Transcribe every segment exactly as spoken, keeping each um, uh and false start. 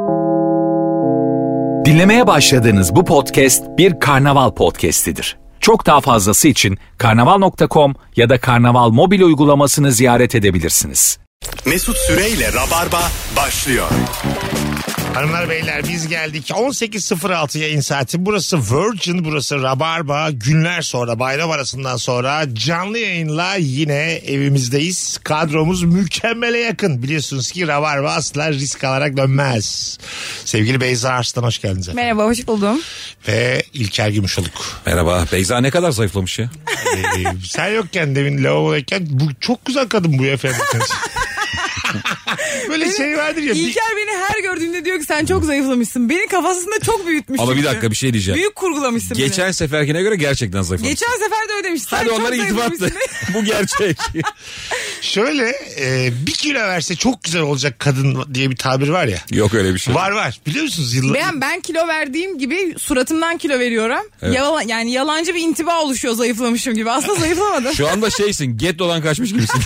Dinlemeye başladığınız bu podcast bir karnaval podcastidir. Çok daha fazlası için karnaval nokta com ya da karnaval mobil uygulamasını ziyaret edebilirsiniz. Mesut Süreyle Rabarba başlıyor. Hanımlar beyler biz geldik. on sekiz sıfır altı yayın saati. Burası Virgin, burası Rabarba. Günler sonra, bayram arasından sonra canlı yayınla yine evimizdeyiz. Kadromuz mükemmele yakın. Biliyorsunuz ki Rabarba asla risk alarak dönmez. Sevgili Beyza Arslan, hoş geldiniz efendim. Merhaba, hoş buldum. Ve İlker Gümüşoluk. Merhaba. Beyza ne kadar zayıflamış ya. ee, sen yokken demin lavabodayken bu çok güzel kadın bu efendim. Böyle benim, şey vardır ya. İlker bir... beni her gördüğünde diyor ki sen çok zayıflamışsın. Beni kafasında çok büyütmüş. Ama bir dakika bir şey diyeceğim. Büyük kurgulamışsın Geçen beni. seferkine göre gerçekten zayıflamışsın. Geçen sefer de öyle demiştin. Hadi onlara itibatlı. Bu gerçek. Şöyle e, bir kilo verse çok güzel olacak kadın diye bir tabir var ya. Yok öyle bir şey. Var var. Biliyor musunuz? Yıllar... Ben, ben kilo verdiğim gibi suratımdan kilo veriyorum. Evet. Yalan, yani yalancı bir intiba oluşuyor zayıflamışım gibi. Aslında zayıflamadım. Şu anda şeysin, getto'dan kaçmış gibisin.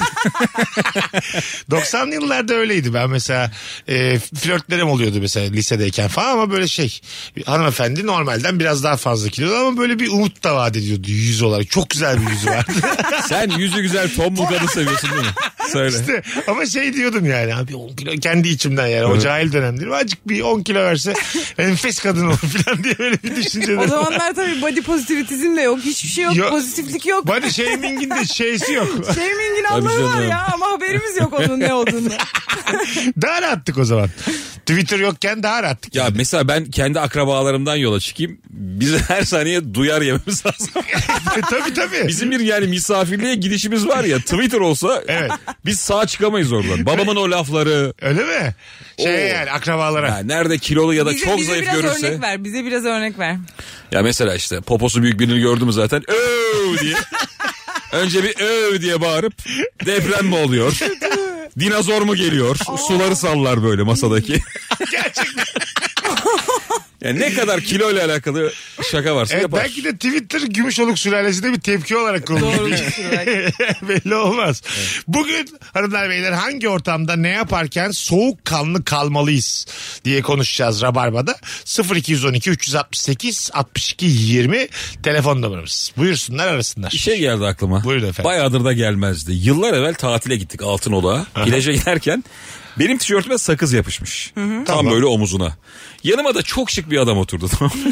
doksanlı yıllarda öyleydi. Ben mesela e, flörtlerim oluyordu mesela lisedeyken falan ama böyle şey hanımefendi normalden biraz daha fazla kilolu ama böyle bir umut da vaat ediyordu yüz olarak. Çok güzel bir yüzü vardı. Sen yüzü güzel tombul kadın seviyorsun değil mi? Söyle. İşte ama şey diyordum yani abi on kilo kendi içimden yani o cahil dönemdir. Azıcık bir on kilo verse enfes kadın olur falan diye böyle bir düşünce. O zamanlar tabii body pozitivitizm de yok. Hiçbir şey yok. yok. Pozitiflik yok. Body shaming'in de şeysi yok. Shaming'in Allah'ı var ya ama haberimiz yok onun ne olduğunu. Daha rahattık o zaman. Twitter yokken daha rahattık. Ya yani. Mesela ben kendi akrabalarımdan yola çıkayım. Biz her saniye duyar yememiz lazım. Tabii tabii. Bizim bir yani misafirliğe gidişimiz var ya, Twitter olsa evet. Biz sağ çıkamayız oradan. Babamın o lafları. Öyle mi? Şey Oo. Yani akrabalara. Ya nerede kilolu ya da bize, çok bize zayıf biraz görürse. Örnek ver, bize biraz örnek ver. Ya mesela işte poposu büyük birini gördü mü zaten öv diye. Önce bir öv diye bağırıp deprem mi oluyor? Dinozor mu geliyor? Aa. Suları sallar böyle masadaki. Gerçekten. Yani ne kadar kilo ile alakalı şaka varsa evet, yapar. Belki de Twitter Gümüşoluk sülalesinde bir tepki olarak kullanılıyor. Belli olmaz. Evet. Bugün hanımlar beyler hangi ortamda ne yaparken soğukkanlı kalmalıyız diye konuşacağız Rabarba'da. sıfır iki on iki üç altı sekiz altmış iki yirmi telefon numaramız. Buyursunlar arasınlar. Bir şey geldi aklıma. Buyurun efendim. Bayağıdır da gelmezdi. Yıllar evvel tatile gittik Altınoluk'a. Plaja giderken benim tişörtüme sakız yapışmış. Hı hı. Tam tamam. Böyle omuzuna. Yanıma da çok şık bir adam oturdu.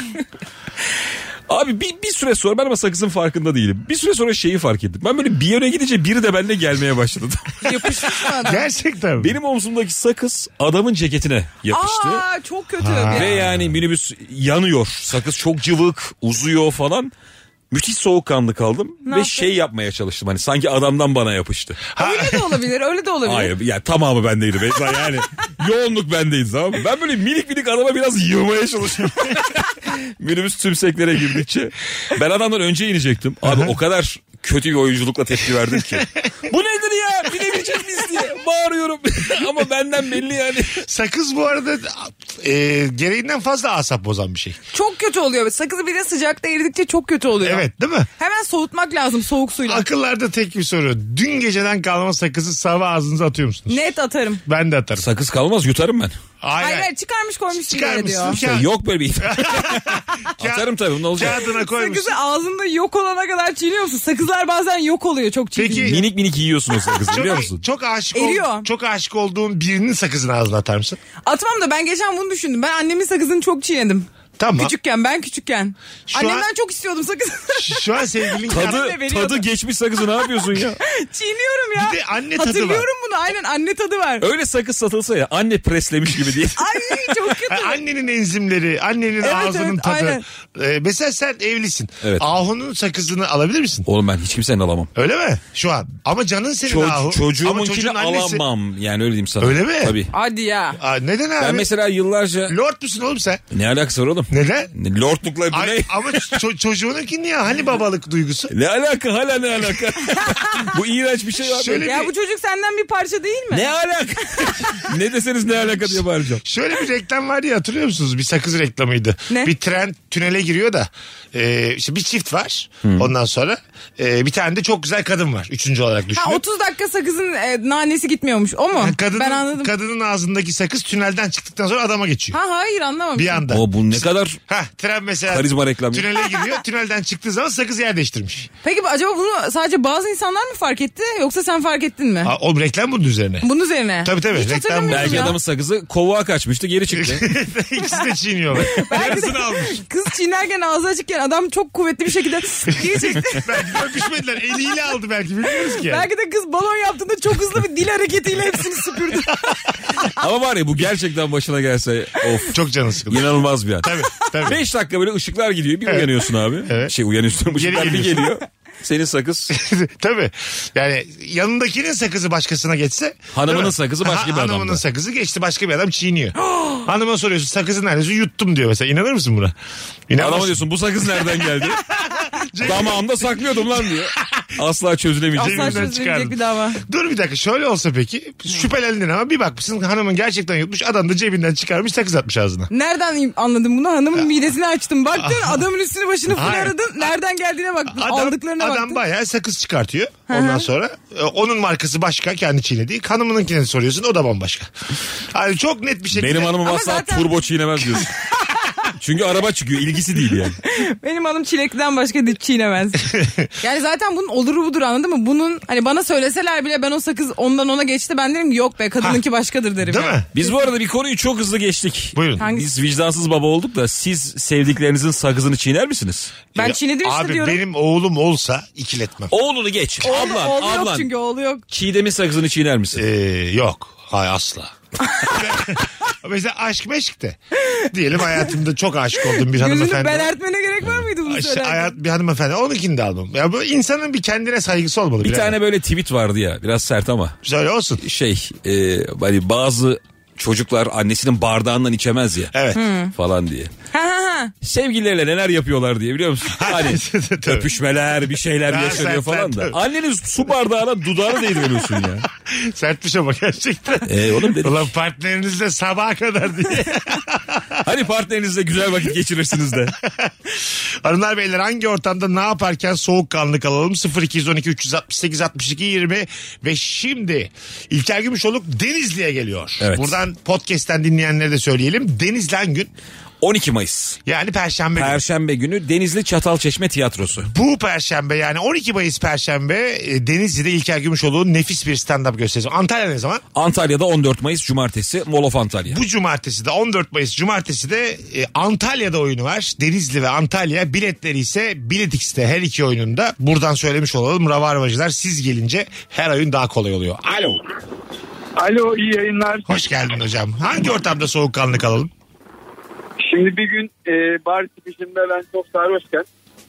Abi bir, bir süre sonra ben ama sakızın farkında değilim. Bir süre sonra şeyi fark ettim. Ben böyle bir yere gidince biri de benimle gelmeye başladı. Yapışmış mı adam? Gerçekten mi? Benim omzumdaki sakız adamın ceketine yapıştı. Aa çok kötü. Ha. Ve yani minibüs yanıyor. Sakız çok cıvık, uzuyor falan. Müthiş soğukkanlı kaldım ne ve yaptın? Şey yapmaya çalıştım hani sanki adamdan bana yapıştı. Öyle de olabilir, öyle de olabilir. Hayır yani tamamı bendeydi Beyza yani yoğunluk bendeydi tamam mı? Ben böyle minik minik adama biraz yığmaya çalışıyorum. Minibüs tümseklere girdikçe ben adamdan önce inecektim. Abi o kadar kötü bir oyunculukla tepki verdim ki. Bu nedir ya? Binebileceğiz biz diye bağırıyorum. Ama benden belli yani. Sakız bu arada e, gereğinden fazla asap bozan bir şey. Çok kötü oluyor. Sakızı bir de sıcakta eridikçe çok kötü oluyor. Evet değil mi? Hemen soğutmak lazım soğuk suyla. Akıllarda tek bir soru. Dün geceden kalma sakızı sabah ağzınıza atıyor musunuz? Net atarım. Ben de atarım. Sakız kalmaz yutarım ben. Hayır hayır çıkarmış koymuş çıkarmış diyor. İşte yok böyle bir atarım tabii ne olacak? Kağıdına koymuş. Sakızı ağzında yok olana kadar çiğniyor musun? Sakızlar bazen yok oluyor çok çiğniyor. Peki minik minik yiyorsun o sakızı biliyor musun? Çok aşık ol, çok aşık olduğun birinin sakızını ağzına atar mısın? Atmam da ben geçen bunu düşündüm. Ben annemin sakızını çok çiğnedim. Tamam. Küçükken ben küçükken. Şu Annemden an, çok istiyordum sakız. Şu an sevgilin tadı, tadı geçmiş sakızı ne yapıyorsun ya? Çiğniyorum ya. Bir de anne tadı var. Hatırlıyorum bunu aynen anne tadı var. Öyle sakız satılsa ya anne preslemiş gibi diye. Ay çok kötü. Yani annenin enzimleri, annenin evet, ağzının evet, tadı. Ee, mesela sen evlisin. Evet. Ahunun sakızını alabilir misin? Oğlum ben hiç kimsenin alamam. Öyle mi? Şu an. Ama canın senin Ço- Ahu. Çocuğumunkini alamam. Yani öyle diyeyim sana. Öyle mi? Tabii. Hadi ya. Aa, neden abi? Ben mesela yıllarca... Lord musun oğlum sen? Ne alakası var oğlum? Neden? Lordlukla bu Ay, ne? Ama ço- çocuğununki niye? Hani babalık duygusu? Ne alaka? Hala ne alaka? Bu iğrenç bir şey var. Şöyle ya bir... bu çocuk senden bir parça değil mi? Ne alaka? Ne deseniz ne alaka diye bağıracağım. Şöyle bir reklam vardı ya, hatırlıyor musunuz? Bir sakız reklamıydı. Ne? Bir tren tünele giriyor da e, işte bir çift var. Hmm. Ondan sonra e, bir tane de çok güzel kadın var. Üçüncü olarak düşünün. Ha, otuz dakika sakızın e, nanesi gitmiyormuş. O mu? Kadının, ben anladım. Kadının ağzındaki sakız tünelden çıktıktan sonra adama geçiyor. Ha hayır anlamamışım. Bir anda. O bu ne kadar Ha, tren mesela karizma reklamı. tünele giriyor. Tünelden çıktığı zaman sakız yer değiştirmiş. Peki acaba bunu sadece bazı insanlar mı fark etti yoksa sen fark ettin mi? Ha, o reklam bunun üzerine. Bunun üzerine. Tabii tabii. Hiç Reklam hatırlamıyorum Belki ya. adamın sakızı kovuğa kaçmıştı, geri çıktı. İkisi de çiğniyorlar. Yarısını almış. Kız çiğnerken ağzı açıkken adam çok kuvvetli bir şekilde iyi çekti. Belki de öpüşmediler. Eliyle aldı belki. Bilmiyoruz ki. Yani. Belki de kız balon yaptığında çok hızlı bir dil hareketiyle hepsini süpürdü. Ama var ya, bu gerçekten başına gelse of. Çok canı sıkıldı. İnanılmaz bir an. Tabii tabii. Beş dakika böyle ışıklar gidiyor. Bir Evet. uyanıyorsun abi. Evet. Şey uyanıyorsun. Işıklar Geri bir geliyorsun. geliyor. Senin sakız. Tabii. Yani yanındakinin sakızı başkasına geçse. Hanımının değil mi? sakızı başka Ha, bir adamda. Hanımının sakızı geçti, başka bir adam çiğniyor. Hanıma soruyorsun sakızın neresi, yuttum diyor mesela. İnanır mısın buna? İnanmazsın. Adama diyorsun bu sakız nereden geldi? Damağımda saklıyordum lan diyor. Asla çözülemeyecek. Asla Cebinden çözülecek çıkardım. bir dava. Dur bir dakika, şöyle olsa peki şüphelendin ama bir bakmışsın hanımın gerçekten yutmuş, adam da cebinden çıkarmış sakız atmış ağzına. Nereden anladın bunu? Hanımın midesini açtın. Baktın adamın üstünü başını full Hayır. aradın. Nereden geldiğine baktın. Adam, Aldıklarına adam baktın. bayağı sakız çıkartıyor. Ondan sonra e, onun markası başka, kendi çiğnediği. Hanımınınkini soruyorsun, o da bambaşka. Yani çok net bir şekilde. Benim hanımım Ama asla zaten- turbo çiğnemez diyorsun. Çünkü araba çıkıyor, ilgisi değil yani. Benim hanım çilekliden başka diş çiğnemez. Yani zaten bunun oluru budur, anladın mı? Bunun hani bana söyleseler bile ben o sakız ondan ona geçti, ben derim ki yok be kadınınki başkadır derim. Değil ya. mi? Biz bu arada bir konuyu çok hızlı geçtik. Buyurun. Hangisi? Biz vicdansız baba olduk da siz sevdiklerinizin sakızını çiğner misiniz? Ben Ya, çiğnedim işte abi, diyorum. benim oğlum olsa ikiletmem. Oğlunu geç. Oğlu, ablan, oğlu yok ablan. çünkü oğlu yok. Çiğdem'in sakızını çiğner misin? Ee, yok. Hayır, asla. Mesela aşk meşkte. Diyelim hayatımda çok aşık olduğum bir Gözünü hanımefendi. belertmene gerek var mıydı bunu İşte söylerken? hayat bir hanımefendi, onunkini de almam. Ya bu insanın bir kendine saygısı olmalı. Bir birer. tane böyle tweet vardı ya, biraz sert ama. Söyle olsun. Şey e, hani bazı çocuklar annesinin bardağından içemez ya Evet. falan diye. Ha ha ha. Sevgilileriyle neler yapıyorlar diye, biliyor musun? Hani Tabii. öpüşmeler, bir şeyler Ha, yaşanıyor sen- falan sen- da. tabii. Annenin su bardağına dudağını değdiriyorsun ya. Sertmiş ama gerçekten. E oğlum dedik. Ulan partnerinizle sabaha kadar diye. Hani partnerinizle güzel vakit geçirirsiniz de. Hanımlar beyler, hangi ortamda ne yaparken soğukkanlı kalalım? sıfır iki on iki üç altı sekiz altmış iki yirmi ve şimdi İlker Gümüşoluk Denizli'ye geliyor. Evet. Buradan podcast'ten dinleyenlere de söyleyelim. Denizli hangi gün? on iki Mayıs. Yani Perşembe günü. Perşembe günü Denizli Çatalçeşme Tiyatrosu. Bu Perşembe, yani on iki Mayıs Perşembe e, Denizli'de İlker Gümüşoluk'un nefis bir stand-up gösterisi. Antalya ne zaman? Antalya'da on dört Mayıs Cumartesi Mall of Antalya. Bu cumartesi de on dört Mayıs Cumartesi de e, Antalya'da oyunu var. Denizli ve Antalya. Biletleri ise Bilet X'te, her iki oyununda. Buradan söylemiş olalım. Rabarbacılar, siz gelince her oyun daha kolay oluyor. Alo. Alo, iyi yayınlar. Hoş geldin hocam. Hangi ortamda soğukkanlı kalalım? Şimdi bir gün e, bar çıkışında ben çok sarhoşken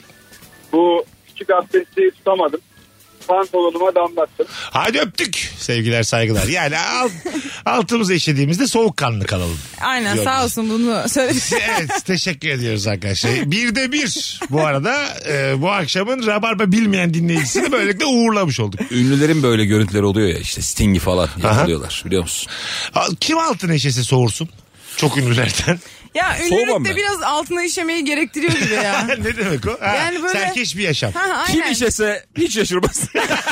bu küçük abdesti tutamadım. Pantolonuma damlattım. Hadi öptük. Sevgiler, saygılar. Yani alt, altımıza işlediğimizde soğukkanlı kalalım. Aynen, Yok. sağ olsun bunu söyledi. Evet, teşekkür ediyoruz arkadaşlar. Bir de bir bu arada e, bu akşamın Rabarba bilmeyen dinleyicisini böylelikle uğurlamış olduk. Ünlülerin böyle görüntüleri oluyor ya, işte Sting'i falan yakalıyorlar, biliyor musun? Kim altın eşesi soğursun? Çok ünlülerden. Ya Soğumam ünlülük de ben. biraz altına işemeyi gerektiriyor gibi ya. Ne demek o? Ha, Yani böyle- Serkeş bir yaşam. Ha, Kim aynen. işese hiç şaşırmaz.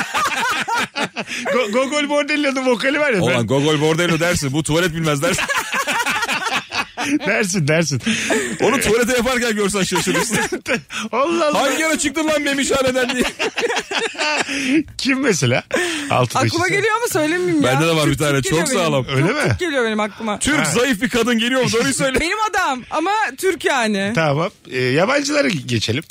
Go- Gogol Bordello'nun vokali var ya. Ulan Gogol Bordello dersin, bu tuvalet bilmez dersin. Ben, dersin dersin. Onu tuvalete yaparken görsen şaşırırsın. Allah Allah. Hangi ara çıktın lan memişhaneden diye. Kim mesela? Altın Aklıma eşesi. geliyor ama söylemeyeyim ya. Bende de var bir Türk- tane, Türk çok geliyor sağlam. benim. Öyle Çok mi? Türk geliyor benim aklıma. Türk zayıf bir kadın geliyor mu? Doğruyu söyle. Benim adam ama Türk yani. Tamam. Ee, yabancılara geçelim.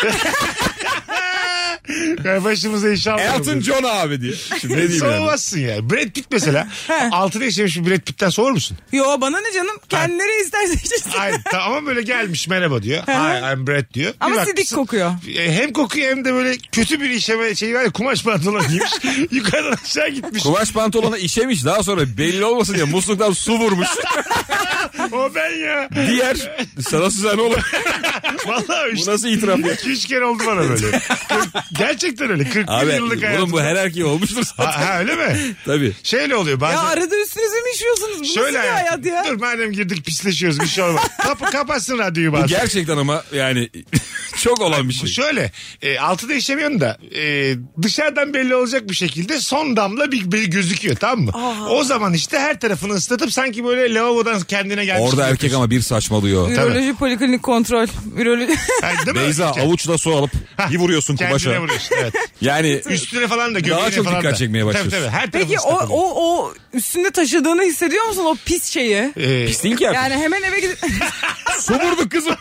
Yani başımıza inşallah. Elton John abi diye. Şimdi ne diyeyim yani? Soğumazsın ya. Brad Pitt mesela. Altına işlemiş bir Brad Pitt'ten soğur musun? Yo, bana ne canım? Kendileri isterse içirsin. Ay, tamam, böyle gelmiş merhaba diyor. Hi, I'm Brad diyor. Bir Ama bakmışsın, sidik kokuyor. e, Hem kokuyor hem de böyle kötü bir işeme şeyi var ya, kumaş pantolon giymiş. Yukarıdan aşağı gitmiş. Kumaş pantolona işemiş, daha sonra belli olmasın diye musluktan su vurmuş. O ben ya. Diğer sana Suzan oğlum. Vallahi Bu nasıl itiraf ya? iki üç kere oldu bana böyle. kırk Gerçekten öyle. kırk Abi yıllık hayatım. oğlum bu her erkeğe olmuştur zaten. Ha, ha, öyle mi? Tabii. Şöyle oluyor bazen. Ya arada üstünüze mi işiyorsunuz? Bu Şöyle nasıl bir hayat ya? Dur madem girdik pisleşiyoruz bir şey olmaz. Kapı kapatsın radyoyu Bu bazen. gerçekten ama yani çok olan bir şey. Şöyle e, altıda işemiyorsun da e, dışarıdan belli olacak bir şekilde son damla bir, bir gözüküyor, tamam mı? Aa. O zaman işte her tarafını ıslatıp sanki böyle lavabodan kendine gelmiş. Orada gibi erkek ama bir saçmalıyor. Üroloji, poliklinik kontrol. Üroloji. Yani, değil mi? Beyza İşte, avuçla su alıp bir vuruyorsun kendine kumaşa. vuruyorsun, evet. Yani Üstüne falan da göbeğine daha çok falan dikkat da. çekmeye başlıyorsun. Tabii tabii her Peki tarafı o, ıslak oluyor. o, o üstünde taşıdığını hissediyor musun o pis şeyi? Ee, pis değil ki artık. Yani hemen eve gidip... Su vurduk kızım.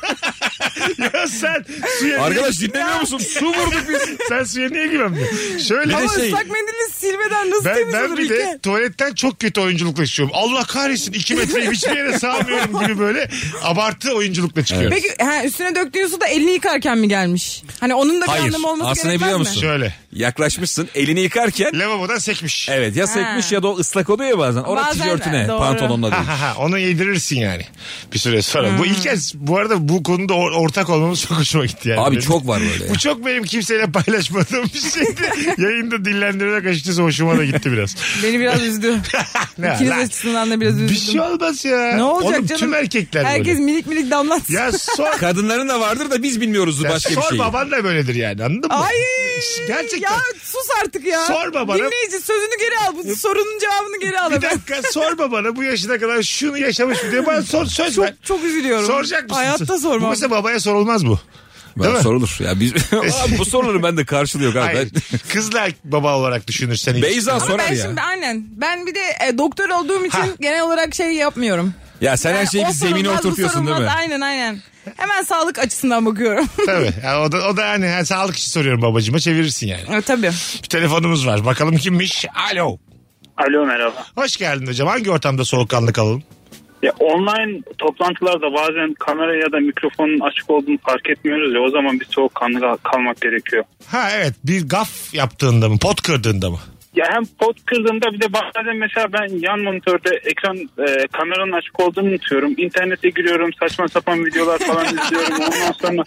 ya sen suya Arkadaş niye, dinlemiyor musun? Su vurduk biz. sen suya niye giremiyorsun? Şöyle Ama şey- ıslak mendili silmeden nasıl ben, temiz ben olur bir İlker? de tuvaletten çok kötü oyunculukla çıkıyorum. Allah kahretsin iki metreyi hiçbir yere sığamıyorum gibi böyle abartı oyunculukla çıkıyorum. Peki ha, üstüne döktüğün su da elini yıkarken mi gelmiş? Hani onun da bir Hayır. anlamı olması Aslında gerekmez biliyor mi? musun? Şöyle Yaklaşmışsın elini yıkarken. lavabodan sekmiş. Evet ya sekmiş ya da o ıslak oluyor ya bazen. Orada Bazen tişörtüne doğru. pantolonla değil. Ha ha ha onu yedirirsin yani bir süre sonra. Bu ilk kez bu arada bu konuda or- ortak olmamız çok hoşuma gitti yani. Abi Benim- çok var böyle ya. Bu çok benim kimseyle paylaşmadığım bir şeydi. Yayında dillendirerek açıkçası hoşuma da gitti biraz. Beni biraz üzdü. Ne, İkiniz lan? açısından da biraz üzdüm. Bir şey olmaz ya. Ne olacak Oğlum, canım? tüm erkekler Herkes böyle. minik minik damlatsın. Ya sor, Kadınların da vardır da biz bilmiyoruz ya başka bir sor şeyi. baban da böyledir yani, anladın mı? Ay Gerçekten. ya sus artık ya. Sorma bana. Dinleyici sözünü geri al. Bu sorunun cevabını geri al. Bir hemen. dakika sorma bana bu yaşına kadar şunu yaşamış mı diye bana sor, söz Çok ver. çok üzülüyorum. Soracak mısın? Hayatta Bu sormam. mesela babaya sorulmaz bu. Değil Ben mi? sorulur. Ya biz Abi bu soruları ben de karşılıyor abi. Hayır. Kızla baba olarak düşünürsen. ilk. Beyza Ama sorar ben ya. şimdi aynen. Ben bir de e, doktor olduğum için Ha. genel olarak şey yapmıyorum. Ya sen her Yani şeyi o bir zemine sorulmaz, bu oturtuyorsun değil mi? sorulmaz. Aynen aynen. Hemen sağlık açısından bakıyorum. Tabii. Yani o da, o da yani yani sağlık için soruyorum babacığıma, çevirirsin yani. Evet, tabii. Bir telefonumuz var. Bakalım kimmiş? Alo. Alo merhaba. Hoş geldin hocam. Hangi ortamda soğukkanlı kalalım? Ya online toplantılarda bazen kamera ya da mikrofonun açık olduğunu fark etmiyoruz ya, o zaman bir soğukkanlı kal- kalmak gerekiyor. Ha evet, bir gaf yaptığında mı, pot kırdığında mı? Ya hem pot kırdığımda bir de bazen mesela ben yan monitörde ekran e, kameranın açık olduğunu unutuyorum. İnternete giriyorum, saçma sapan videolar falan izliyorum. Ondan sonra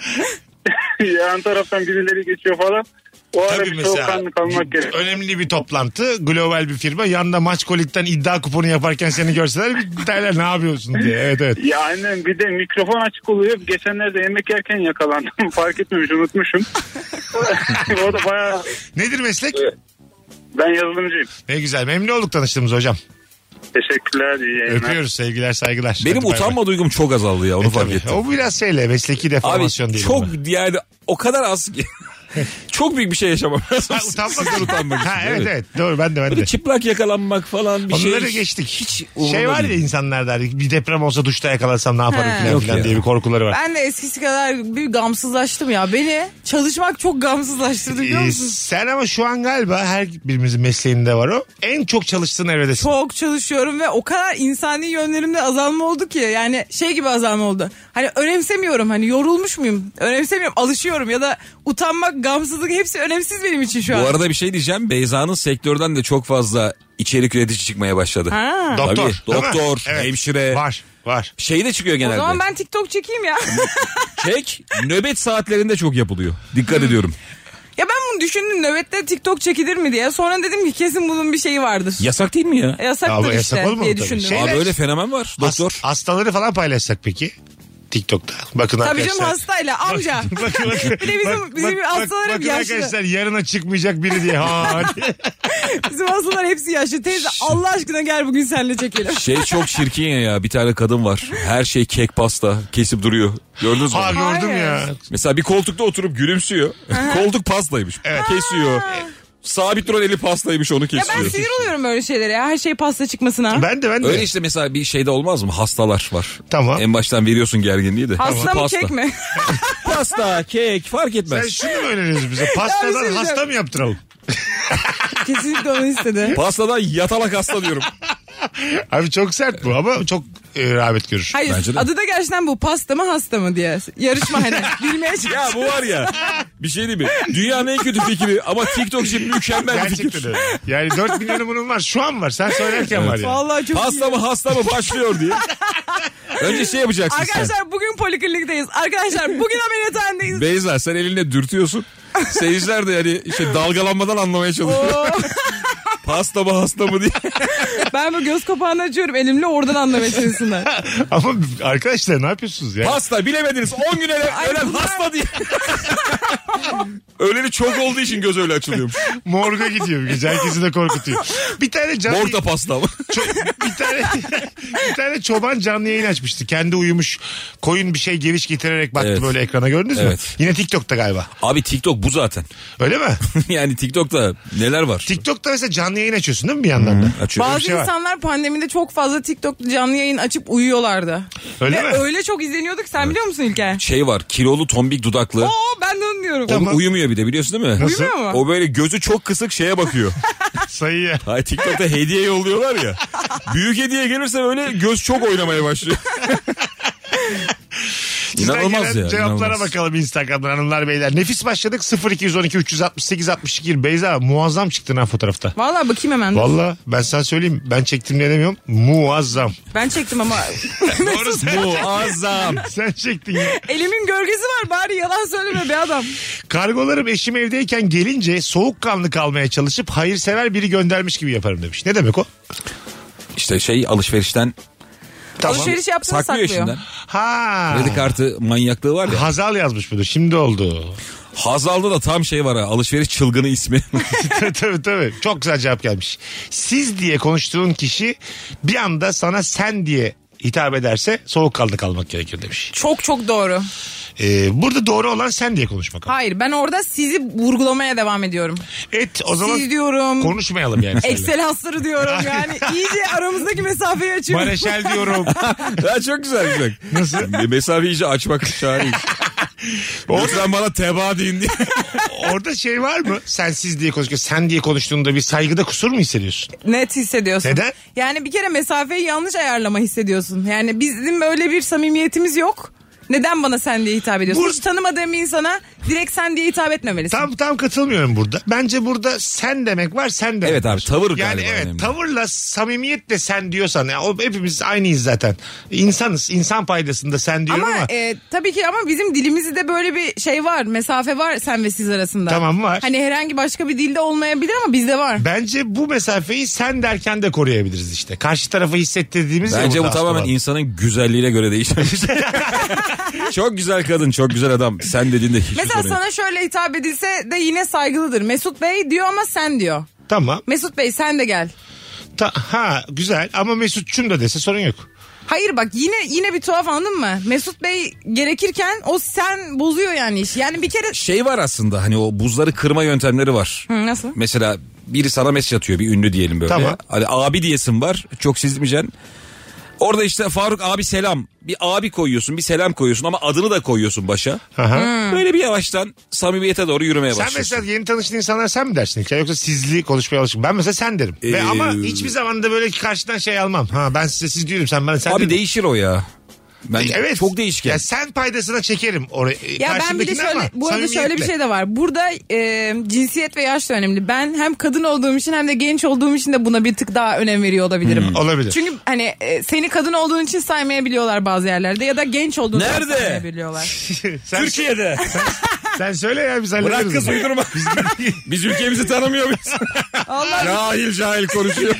yan taraftan birileri geçiyor falan. O ara Tabii bir mesela soğukkanlı kalmak bir- gerekiyor. önemli bir toplantı, global bir firma, yanında Maçkolik'ten iddia kuponu yaparken seni görseler bir derler ne yapıyorsun diye. Evet evet. Ya aynen, bir de mikrofon açık oluyor. Geçenlerde yemek yerken yakalandım. Fark etmemiş, unutmuşum. O da bayağı... Nedir meslek? Ben yazılımcıyım. Ne güzel, memnun olduk tanıştığımız hocam. Teşekkürler, iyi yayınlar. Öpüyoruz, sevgiler saygılar. Benim Hadi bay utanma bay. duygum çok azaldı ya onu E, fark tabii. ettim. O biraz şeyle mesleki Abi deformasyon diyelim. çok buna. yani o kadar az ki. Çok büyük bir şey yaşamam. Ha, utanmak Sizden utanmak Ha için, evet evet. evet doğru, ben de ben de. Böyle çıplak yakalanmak falan bir şey. Onları geçtik. Hiç şey var ya, değil. insanlar der bir deprem olsa duşta yakalarsam ne yaparım He. filan Yok filan ya. diye bir korkuları var. Ben de eskisi kadar bir gamsızlaştım ya. Beni çalışmak çok gamsızlaştırdı biliyor Ee, musun? sen ama şu an galiba her birimizin mesleğinde var o. En çok çalıştığın evredesin. Çok çalışıyorum ve o kadar insani yönlerimde azalma oldu ki. Yani şey gibi azalma oldu. Hani önemsemiyorum, hani yorulmuş muyum? Önemsemiyorum, alışıyorum ya da utanmak, gamsızlık hepsi önemsiz benim için şu an. Bu arada bir şey diyeceğim. Beyza'nın sektörden de çok fazla içerik üretici çıkmaya başladı. Ha. Doktor. Tabii, değil mi? doktor, Evet. hemşire. Var var. Şey de çıkıyor O genelde. zaman ben TikTok çekeyim ya. Çek nöbet saatlerinde çok yapılıyor. Dikkat ediyorum. Ya ben bunu düşündüm, nöbette TikTok çekilir mi diye. Sonra dedim ki kesin bunun bir şeyi vardır. Yasak değil mi ya? Yasaktır Ama işte yasak olmalı diye tabii. düşündüm. Şey- Abi öyle fenomen var doktor. Has- hastaları falan paylaşsak peki? TikTok'ta. Bakın Tabii arkadaşlar. canım, hastayla amca. Bakın bakın. Bir de bizim, bizim hastalar hep bakın yaşlı. arkadaşlar, yarına çıkmayacak biri diye. Ha, diye. Bizim hastalar hepsi yaşlı. Teyze Allah aşkına gel bugün seninle çekelim. Şey çok çirkin ya, ya bir tane kadın var. Her şey kek pasta kesip duruyor. Gördünüz mü? Ha gördüm Hayır. ya. Mesela bir koltukta oturup gülümsüyor. Koltuk pastaymış. Kesiyor. Sabit duran eli pastaymış, onu Ya kesiyor. ben sinir oluyorum böyle şeylere ya. Her şey pasta çıkmasına. Ben de ben de. Öyle işte mesela bir şeyde olmaz mı? Hastalar var. Tamam. En baştan veriyorsun gerginliği de. Hasta mı Pasta. kek mi? Pasta, kek fark Sen etmez. şunu mu öneriyorsun bize? Ya bir Pastadan şey hasta diyeceğim. mı yaptıralım? Kesinlikle onu istedi. Pastadan yatalak hasta diyorum. Abi çok sert bu ama çok e, rağbet görür. Hayır, Bence de. adı da gerçekten bu, pasta mı hasta mı diye. Yarışma hani. Bilmeye Ya çalışıyorum. bu var ya, bir şey değil mi? Dünyanın en kötü fikri ama TikTok için mükemmel bir Gerçekten fikir. öyle. Yani dört milyonu bunun var. Şu an var. Sen söylerken var ya. Vallahi çok Hasta iyi. mı hasta mı başlıyor diye. Önce şey yapacaksın Arkadaşlar sen. bugün poliklinikteyiz. Arkadaşlar bugün ameliyathanedeyiz. Beyza sen elinle dürtüyorsun. Seyirciler de yani işte dalgalanmadan anlamaya çalışıyor. Hasta mı hasta mı diye. Ben bu göz kapağını açıyorum elimle, oradan anlamaya çalışsınlar. Ama arkadaşlar ne yapıyorsunuz ya? Hasta bilemediniz on gün ölen, Ay, ölen bunlar- hasta diye. Öleni çok olduğu için göz öyle açılıyormuş. Morga gidiyor bir gece. Herkesi de korkutuyor. Bir tane canlı... Morta pasta mı? Ço- bir tane bir tane çoban canlı yayın açmıştı. Kendi uyumuş koyun bir şey geviş getirerek baktı Evet. böyle ekrana, gördünüz mü? Evet. Yine TikTok'ta galiba. Abi TikTok bu zaten. Öyle mi? Yani TikTok'ta neler var? TikTok'ta mesela canlı yayın açıyorsun değil mi bir yandan da? Açıyor. Bazı bir şey var. insanlar pandemide çok fazla TikTok canlı yayın açıp uyuyorlardı. Öyle Ve mi? öyle çok izleniyorduk. Sen biliyor musun İlker? Şey var, kilolu tombik dudaklı. Oo, ben de onu diyorum. O Tamam. uyumuyor bir de, biliyorsun değil mi? Nasıl? Uyumuyor mu? O böyle gözü çok kısık şeye bakıyor. Sayıya. Hay TikTok'ta hediye yolluyorlar ya. Büyük hediye gelirse böyle göz çok oynamaya başlıyor. Sizden İnanılmaz gelen ya. cevaplara inanılmaz. bakalım Instagram'dan hanımlar beyler. Nefis başladık. sıfır iki on iki üç altı sekiz altmış iki. Beyza muazzam çıktın ha fotoğrafta. Vallahi bakayım hemen. Valla ben sana söyleyeyim, ben çektim diye demiyorum. Muazzam. Ben çektim ama Doğru sen, Muazzam. sen çektin ya. elimin gölgesi var, bari yalan söyleme be adam. Kargolarım eşim evdeyken gelince soğukkanlı kalmaya çalışıp hayırsever biri göndermiş gibi yaparım demiş. Ne demek o? İşte şey alışverişten Tamam. Alışveriş yaptığını saklıyor saklıyor. eşinden. Ha. Kredi kartı manyaklığı var ya. Hazal yazmış bunu. Şimdi oldu. Hazal'da da tam şey var ha. Alışveriş çılgını ismi. tabii tabii tabii. Çok güzel cevap gelmiş. Siz diye konuştuğun kişi bir anda sana sen diye hitap ederse soğukkanlı kalmak gerekir demiş. Çok çok doğru. Ee, burada doğru olan sen diye konuşmak. Hayır, ben orada sizi vurgulamaya devam ediyorum. Et o zaman Siz diyorum. konuşmayalım yani. seninle. Excelhansları diyorum yani. İyice aramızdaki mesafeyi açıyorum. Mareşal diyorum. Ya çok güzel güzel. Nasıl? Mesafeyi iyice açmak şahane. Lütfen bana teba deyin diye. Orada şey var mı? Sen siz diye konuşuyor. Sen diye konuştuğunda bir saygıda kusur mu hissediyorsun? Net hissediyorsun. Neden? Yani bir kere mesafeyi yanlış ayarlama hissediyorsun. Yani bizim böyle bir samimiyetimiz yok. Neden bana sen diye hitap ediyorsun? Bur- Hiç tanımadığım bir insana direkt sen diye hitap etmemelisin. Tam tam katılmıyorum burada. Bence burada sen demek var, sen demek Evet abi, var. tavır yani galiba evet, önemli. tavırla samimiyetle sen diyorsan ya, o hepimiz aynıyız zaten. İnsanız. İnsan paydasında sen diyorum Ama ama. e, tabii ki ama bizim dilimizde böyle bir şey var. Mesafe var sen ve siz arasında. Tamam, var. Hani herhangi başka bir dilde olmayabilir ama bizde var. Bence bu mesafeyi sen derken de koruyabiliriz işte. Karşı tarafa hissettirdiğimiz Bence bu burada tamamen aslında. insanın güzelliğine göre değişmiş. Çok güzel kadın, çok güzel adam. Sen dediğinde hiçbir Mesela sorun yok. sana şöyle hitap edilse de yine saygılıdır. Mesut Bey diyor ama sen diyor. Tamam. Mesut Bey sen de gel. Ta- ha güzel ama Mesut'cum da dese sorun yok. Hayır bak yine yine bir tuhaf, anladın mı? Mesut Bey gerekirken o sen bozuyor yani iş. Yani bir kere... Şey var aslında, hani o buzları kırma yöntemleri var. Hı, nasıl? Mesela biri sana mesaj atıyor, bir ünlü diyelim böyle. Tamam. Hani abi diyesin var, çok sizmeyeceksin. Orada işte Faruk abi selam. Bir abi koyuyorsun, bir selam koyuyorsun ama adını da koyuyorsun başa. Aha. Böyle bir yavaştan samimiyete doğru yürümeye Sen başlıyorsun. mesela yeni tanıştığın insanlar sen mi dersin İlker, yoksa sizli konuşmaya alışık? Ben mesela sen derim. Ve Ee, ama hiçbir zaman da böyle karşıdan şey almam. Ha ben size siz diyorum, sen bana sen Abi derim. değişir o ya. Ben Evet. çok değişken. Ya sen paydasına çekerim oraya. Ya ben bir de şöyle, bu arada şöyle bir şey de var. Burada e, cinsiyet ve yaş da önemli. Ben hem kadın olduğum için hem de genç olduğum için de buna bir tık daha önem veriyor olabilirim. Olabilir. Çünkü hani e, seni kadın olduğun için saymayabiliyorlar bazı yerlerde ya da genç olduğun için Nerede? saymayabiliyorlar. sen, Türkiye'de. sen söyle ya, biz hallederiz. Bırak kız onu. uydurma. Biz ülkemizi tanımıyor muyuz? Allah, Cahil cahil konuşuyor.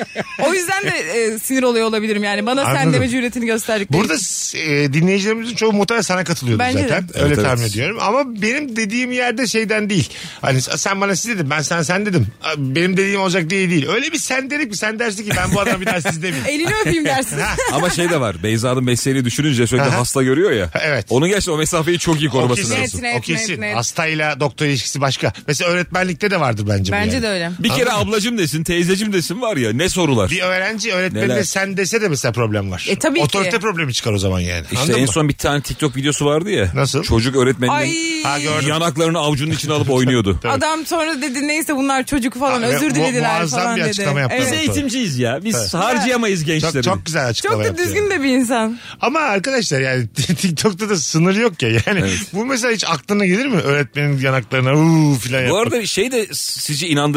o yüzden de e, sinir oluyor olabilirim yani. Bana sen Anladım. deme cüretini gösterdikleri Burada için. e, dinleyicilerimizin çoğu muhtemelen sana katılıyordu Bence de. zaten. Öyle Evet, tahmin evet. ediyorum. Ama benim dediğim yerde şeyden değil. Hani sen bana siz dedin, ben sen sen dedim. Benim dediğim olacak diye değil. Öyle bir sen dedik mi, sen dersin ki ben bu adam bir daha siz demeyeyim. Elini öpeyim dersin. Ama şey de var. Beyza'nın mesleğini düşününce sürekli Aha. hasta görüyor ya. Evet. Onun gerçekten o mesafeyi çok iyi O koruması kesin. lazım. Net, o kesin. net, net. Hastayla doktor ilişkisi başka. Mesela öğretmenlikte de vardır bence bu Bence yani. de öyle. Bir kere ablacım desin, teyzecim desin var ya, ne sorular. Bir öğrenci öğretmenine Neler? sen dese de mesela problem var. E, tabii ki. Otorite problemi çıkar o zaman yani. İşte Anladın en mı? son bir tane TikTok videosu vardı ya. Nasıl? Çocuk öğretmeninin Ay. Ha, gördüm. yanaklarını avucunun içine alıp oynuyordu. Adam sonra dedi neyse bunlar çocuk falan, Ha, özür mu- dilediler muazzam falan bir dedi. açıklama yaptı. Evet. Biz Eğitimciyiz ya. Biz harcayamayız gençleri. Çok, çok güzel açıklama Çok da yaptı düzgün yani. de bir insan. Ama arkadaşlar yani TikTok'ta da sınır yok ya. Yani Evet. bu mesela hiç aklına gelir mi? Öğretmenin yanaklarına uuu filan Bu yapmak. arada şey de sizce inandırıcı mı? Yani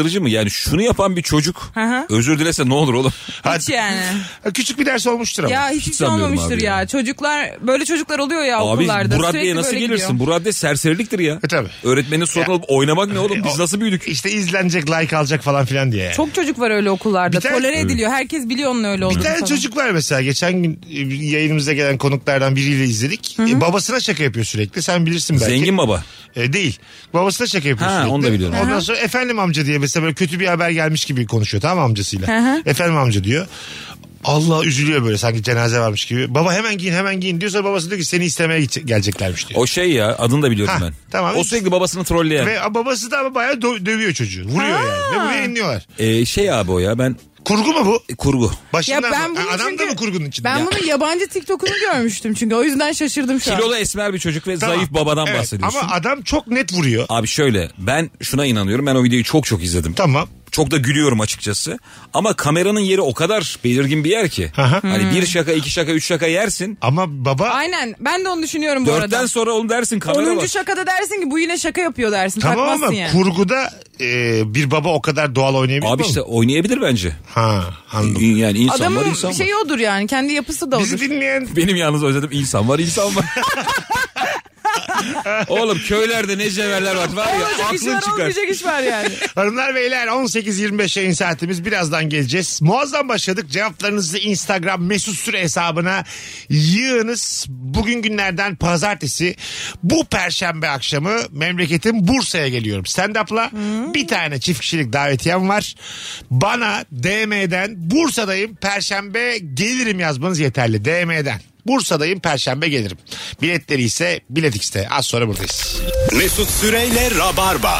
yani şunu yapan bir çocuk Hı hı. özür dilese ne olur oğlum? Hiç yani. Küçük bir ders olmuştur ama. Ya hiçbir şey sanmıyorum olmamıştır abi ya. ya. Çocuklar böyle çocuklar oluyor ya Abi okullarda. bu raddeye Sürekli nasıl böyle gelirsin? gidiyor. Bu radde serseriliktir ya. E tabii. Öğretmenin suratına alıp oynamak ne oğlum? Biz O- nasıl büyüdük? İşte izlenecek, like alacak falan filan diye. Yani. Çok çocuk var öyle okullarda. Bir tane- Tolere ediliyor. Herkes biliyor onun öyle olduğunu Bir tane falan. çocuk var mesela, geçen gün e, yayınımıza gelen konuklardan biriyle izledik. E, babasına şaka yapıyor sürekli. Sen bilirsin belki. Zengin baba. E, değil. Babasına şaka yapıyor Ha, sürekli. onu da biliyorum. Ondan sonra efendim amca diye mesela böyle kötü bir haber gelmiş gibi konuşuyor, tamam mı, amcasıyla. Hı hı. Efendim amca diyor. Allah üzülüyor böyle, sanki cenaze varmış gibi. Baba hemen giyin hemen giyin diyor, sonra babası diyor ki seni istemeye gidecek- geleceklermiş diyor. O şey ya, adını da biliyorum Ha, ben. tamam. O sürekli babasını trolleyen. Ve babası da ama bayağı dö- dövüyor çocuğu. Vuruyor yani. Ve bunu yayınlıyorlar. Ee, şey abi o ya, ben Kurgu mu bu? e, kurgu. Başından Ya ben mı? bunu Ha, adam da çünkü- mı kurgunun içinde? Ben Ya. bunun yabancı TikTok'unu görmüştüm çünkü o yüzden şaşırdım şu an. Kilolu esmer bir çocuk ve Tamam. zayıf babadan Evet, bahsediyorsun. ama adam çok net vuruyor. Abi şöyle, ben şuna inanıyorum, ben o videoyu çok çok izledim. Tamam. Çok da gülüyorum açıkçası. Ama kameranın yeri o kadar belirgin bir yer ki. Aha. Hani bir şaka, iki şaka, üç şaka yersin. Ama baba Aynen, ben de onu düşünüyorum bu arada. Dörtten sonra onu dersin, kamera onuncu var. şakada dersin ki bu yine şaka yapıyor dersin. tamam Takmazsın ama yani. kurguda e, bir baba o kadar doğal oynayabilir Abi mi? işte oynayabilir bence. Ha, anladım. Yani insan var, Adamın insan var. şeyi odur yani, kendi yapısı da odur. Bizi dinleyen Benim yalnız özledim, insan var, insan var. Oğlum köylerde ne cevherler var var ya, Olmayacak iş aklın var, çıkar. olmayacak iş var yani. hanımlar beyler, on sekiz yirmi beş yayın saatimiz, birazdan geleceğiz. Muazzam başladık. Cevaplarınızı Instagram mesut süre hesabına yığınız. Bugün günlerden pazartesi, bu perşembe akşamı memleketim Bursa'ya geliyorum. Stand-up'la bir tane çift kişilik davetiyem var. Bana D M'den Bursa'dayım perşembe gelirim yazmanız yeterli. D M'den Bursa'dayım perşembe gelirim. Biletleri ise Bilet X'te. Az sonra buradayız. Mesut Süreyle Rabarba.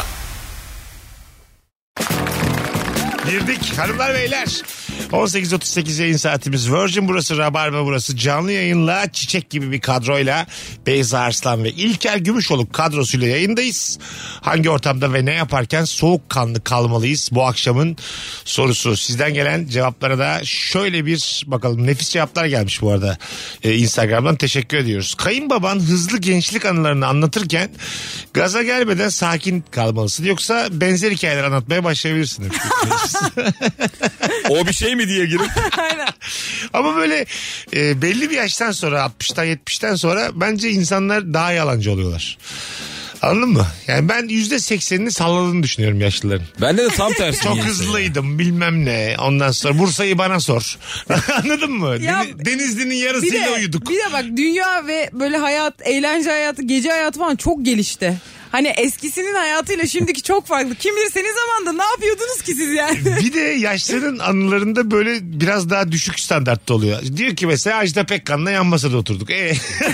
Girdik hanımlar beyler. on sekiz otuz sekiz yayın saatimiz. Virgin burası, Rabarba burası. Canlı yayınla, çiçek gibi bir kadroyla Beyza Arslan ve İlker Gümüşoluk kadrosuyla yayındayız. Hangi ortamda ve ne yaparken soğukkanlı kalmalıyız? Bu akşamın sorusu. Sizden gelen cevaplara da şöyle bir bakalım. Nefis cevaplar gelmiş bu arada. Ee, Instagram'dan teşekkür ediyoruz. Kayınbaban hızlı gençlik anılarını anlatırken gaza gelmeden sakin kalmalısın. Yoksa benzer hikayeler anlatmaya başlayabilirsin demiş. O bir şey mi diye girip. Aynen. Ama böyle e, belli bir yaştan sonra, altmıştan yetmişten sonra bence insanlar daha yalancı oluyorlar. Anladın mı? Yani ben yüzde seksenini salladığını düşünüyorum yaşlıların. Bende de tam tersi. Çok niyeyse. hızlıydım bilmem ne. Ondan sonra Bursa'yı bana sor. Anladın mı? Ya, Deni- Denizli'nin Bir yarısıyla de, uyuduk. bir de bak, dünya ve böyle hayat, eğlence hayatı, gece hayatı falan çok gelişti. Hani eskisinin hayatıyla şimdiki çok farklı. Kim bilir senin zamanında ne yapıyordunuz ki siz yani? Bir de yaşların anılarında böyle biraz daha düşük standartta oluyor. Diyor ki mesela Ajda Pekkan'la yan masada oturduk. E?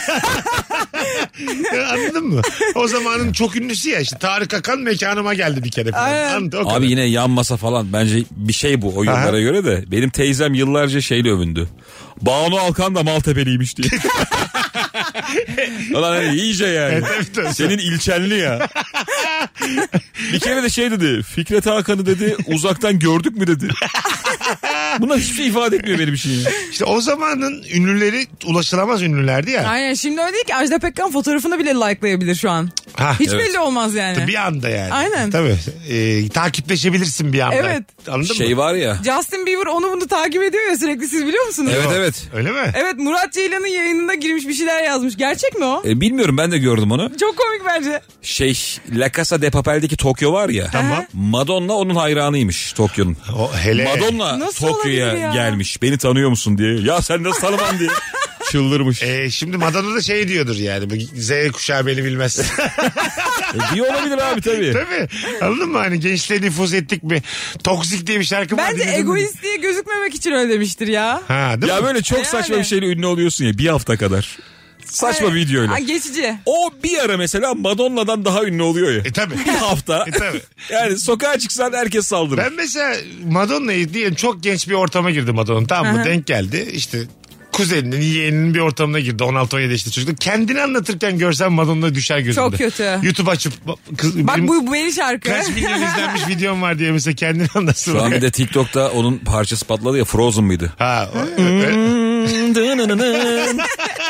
Anladın mı? O zamanın çok ünlüsü ya, işte Tarık Akan mekanıma geldi bir kere falan. Aynen. Anladın, o kadar. Abi yine yan masa falan bence bir şey bu o yıllara Aha. göre de. Benim teyzem yıllarca şeyle övündü. Banu Alkan da Maltepe'liymiş diye. Ulan hani iyice yani. Evet, evet, evet. Senin ilçenli ya. Bir kere de şey dedi. Fikret Hakan'ı dedi uzaktan gördük mü dedi. Bunlar hiçbir şey ifade etmiyor benim şeyim. İşte o zamanın ünlüleri ulaşılamaz ünlülerdi ya. Aynen, şimdi öyle değil ki, Ajda Pekkan fotoğrafını bile likelayabilir şu an. Ha, Hiç evet. belli olmaz yani. Bir anda yani. Aynen. Tabii. Ee, takipleşebilirsin bir anda. Evet. Anladın Şey mı? var ya. Justin Bieber onu bunu takip ediyor ya sürekli, siz biliyor musunuz? Evet evet. Öyle mi? Evet, Murat Ceylan'ın yayınına girmiş, bir şeyler yazmış. Gerçek mi o? E, bilmiyorum, ben de gördüm onu. Çok komik bence. Şey, La Casa de Papel'deki Tokyo var ya. Tamam. Madonna onun hayranıymış Tokyo'nun. O, hele. Madonna Nasıl Tokyo'ya olabilir ya? gelmiş. Beni tanıyor musun diye. Ya sen nasıl tanımam diye. Çıldırmış. Ee, şimdi Madonna da şey diyordur yani. bu Z kuşağı beni bilmez. E, diyor olabilir abi tabii. Tabii. Anladın mı? Hani gençliğe nüfuz ettik mi? Toksik diye bir şarkı var. Bence dinledin mi? egoist diye gözükmemek için öyle demiştir ya. Ha, değil Ya mi? böyle çok Yani. saçma bir şeyle ünlü oluyorsun ya bir hafta kadar. Saçma Ay, videoyla. ay, geçici. O bir ara mesela Madonna'dan daha ünlü oluyor ya. E tabii. Bir hafta. E tabii. Yani sokağa çıksan herkes saldırır. Ben mesela Madonna'yı diyelim, çok genç bir ortama girdi Madonna, tamam mı? Aha. Denk geldi. İşte kuzeninin, yeğeninin bir ortamına girdi. on altı on yedi yaşında çocuk. Kendini anlatırken görsem Madonna düşer gözümde. Çok kötü. YouTube açıp kız, Bak benim bu, bu yeni şarkı. kaç milyon izlenmiş videom var diye mesela kendini anlatsın. Şu an bir de TikTok'ta onun parçası patladı ya, Frozen mıydı? Ha, o- ö-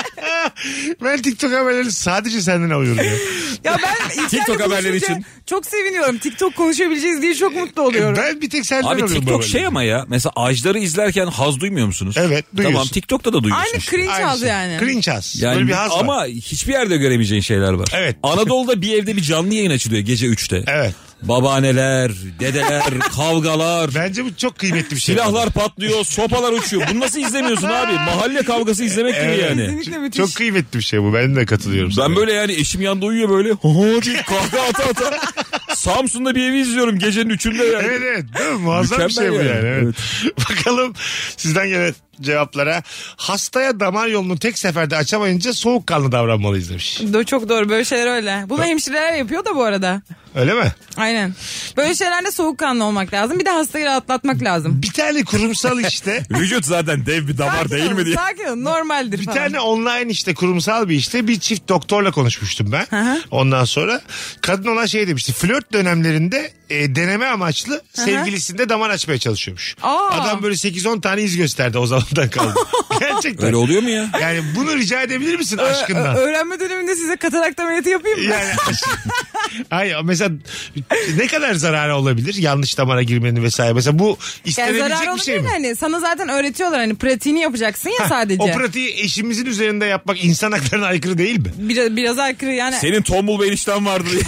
Ben TikTok haberlerini sadece senden alıyorum ya. Ya ben içeride TikTok haberleri konuşunca için. çok seviniyorum. TikTok konuşabileceğiz diye çok mutlu oluyorum. Ben bir tek senden Abi alıyorum. TikTok bu şey haberleri. ama ya. Mesela Ajdar'ı izlerken haz duymuyor musunuz? Evet, duyuyorsun. Tamam TikTok'ta da duyuyorsun. Aynı işte. cringe Aynısı. aldı yani. Cringe az. Yani Böyle bir haz var. ama hiçbir yerde göremeyeceğin şeyler var. Evet. Anadolu'da bir evde bir canlı yayın açılıyor gece üçte. Evet. Babaanneler, dedeler, kavgalar, Bence bu çok kıymetli bir şey. silahlar patlıyor, sopalar uçuyor. Bunu nasıl izlemiyorsun abi? Mahalle kavgası izlemek gibi yani. Kesinlikle müthiş. Çok kıymetli bir şey bu. Ben de katılıyorum sana. Ben böyle yani eşim yanında uyuyor böyle. Ho diye kahkaha ata ata. Samsun'da bir evi izliyorum gecenin üçünde yani. Evet evet. Değil mi? Muazzam bir şey bu Mükemmel yani. yani. Evet. Bakalım sizden gelen cevaplara. Hastaya damar yolunu tek seferde açamayınca soğukkanlı davranmalıyız demiş. Do- Çok doğru, böyle şeyler öyle. Bunu hemşireler yapıyor da bu arada. Öyle mi? Aynen. Böyle şeylerde soğukkanlı olmak lazım. Bir de hastayı rahatlatmak lazım. Bir tane kurumsal işte. Vücut zaten dev bir damar Sakin değil olun, mi diye. Sakin olun, normaldir Bir falan. tane online işte kurumsal bir işte bir çift doktorla konuşmuştum ben. hı. Ondan sonra kadın olan şey demişti. Flört dönemlerinde e, deneme amaçlı sevgilisinde damar açmaya çalışıyormuş. Aa. Adam böyle sekiz on tane iz gösterdi, o zamandan kaldı. Gerçekten. Öyle oluyor mu ya? Yani bunu rica edebilir misin Ö- aşkından? ö- öğrenme döneminde size katarakt ameliyatı yapayım mı? Yani hayır mesela ne kadar zararı olabilir yanlış damara girmenin vesaire. Mesela bu Yani istenebilecek zarar bir şey mi? Hani sana zaten öğretiyorlar, hani pratiğini yapacaksın ya sadece. O pratiği eşimizin üzerinde yapmak insan haklarına aykırı değil mi? biraz, biraz aykırı yani. Senin tombul bir enişten vardı diye.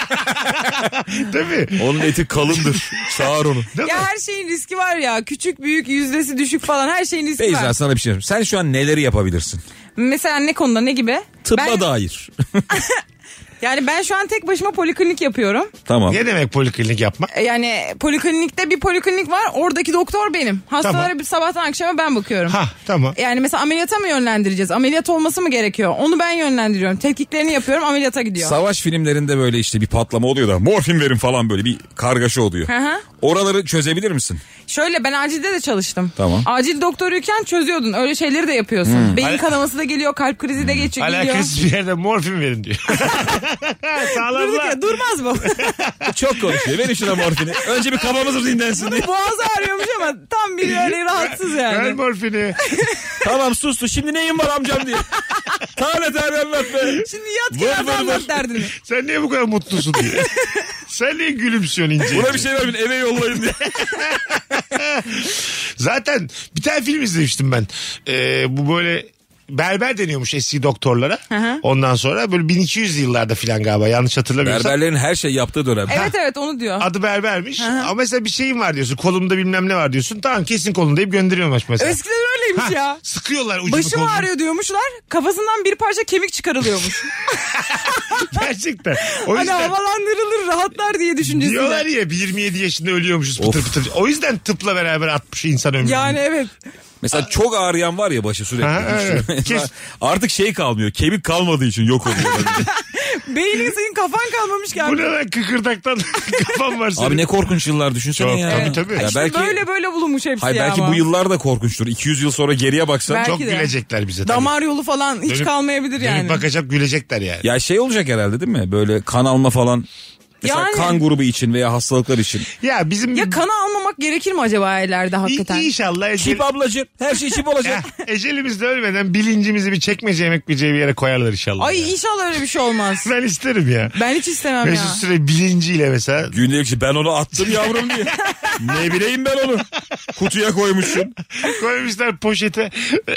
Tabii. Onun eti kalındır. Çağır onu. Değil Ya mi? her şeyin riski var ya. Küçük büyük yüzdesi düşük falan, her şeyin riski Beyza var. sana bir şey söyleyeyim. Sen şu an neleri yapabilirsin? Mesela ne konuda, ne gibi? Tıbba ben, dair. Yani ben şu an tek başıma poliklinik yapıyorum. Tamam. Ne demek poliklinik yapmak? E, Yani poliklinikte bir poliklinik var. Oradaki doktor benim. Hastalara Tamam. bir sabahtan akşama ben bakıyorum. Ha tamam. Yani mesela ameliyata mı yönlendireceğiz? Ameliyat olması mı gerekiyor? Onu ben yönlendiriyorum. Tetkiklerini yapıyorum, ameliyata gidiyor. Savaş filmlerinde böyle işte bir patlama oluyor da morfin verin falan, böyle bir kargaşa oluyor. Hı hı. Oraları çözebilir misin? Şöyle, ben acilde de çalıştım. Tamam. Acil doktoruyken çözüyordun. Öyle şeyleri de yapıyorsun. Beyin Al- kanaması da geliyor, kalp krizi de geçiyor. geliyor. Alakasız bir yerde morfin verin diyor. Sağlam Durduk lan. ya, durmaz bu. Çok konuşuyor. Verin şuna morfini. Önce bir kafamız dinlensin diye. Boğazı ağrıyormuş ama tam bir öyle rahatsız Ver yani. morfini. Tamam sustu. Şimdi neyin var amcam diye. Tane tane anlat be. Şimdi yat Vır kenarda vır anlat vır. derdini. Sen niye bu kadar mutlusun diye. Sen niye gülümsüyorsun ince? Buna ince? bir şey vermeyin, eve yollayın diye. Zaten bir tane film izlemiştim ben. Ee, bu böyle berber deniyormuş eski doktorlara. hı. Ondan sonra böyle bin iki yüz yıllarda filan galiba, yanlış hatırlamıyorsam. Berberlerin her şey yaptığı dönem. Evet evet, onu diyor. Adı berbermiş. Ama mesela bir şeyin var diyorsun. Kolumda bilmem ne var diyorsun. Tamam, kesin kolun deyip gönderiyormuş mesela. Eskiden öyleymiş Ha, ya. sıkıyorlar ucunu Başım kolunu. ağrıyor diyormuşlar. Kafasından bir parça kemik çıkarılıyormuş. Gerçekten. O Hani yüzden havalandırılır, rahatlar diye düşüncesiyle. diyorlar ya yirmi yedi yaşında ölüyormuşuz pıtır pıtır. O yüzden tıpla beraber atmış insan ömrünü. Yani evet. Mesela çok ağrıyan var ya başı sürekli. Ha, evet. Mesela Kes- artık şey kalmıyor. Kemik kalmadığı için yok oluyor. Beynin senin kafan kalmamış ki Bu abi. ne lan, kıkırdaktan kafam var senin. Abi ne korkunç yıllar düşünsene Çok, ya. tabii, tabii. Ya İşte belki, böyle böyle bulunmuş hepsi hayır, ya belki ama. bu yıllar da korkunçtur. iki yüz yıl sonra geriye baksan. Belki Çok de. gülecekler bize tabii. Damar yolu falan hiç Dönüp- kalmayabilir Dönüp yani. bakacak, gülecekler yani. Ya şey olacak herhalde değil mi? Böyle kan alma falan. Mesela Yani. kan grubu için veya hastalıklar için. Ya bizim... Ya kanı almamak gerekir mi acaba ileride hakikaten? İ- İnşallah ecel... Çip ablacığım. Her şey çip olacak. Heh, ecelimizde ölmeden bilincimizi bir çekmece yemek bir yere koyarlar inşallah. Ay ya. inşallah öyle bir şey olmaz. Ben isterim ya. Ben hiç istemem ya. Mesut Süre bilinciyle mesela. Gündelikçi ben onu attım yavrum diye. Ne bileyim ben onu. Kutuya koymuşsun. Koymuşlar poşete.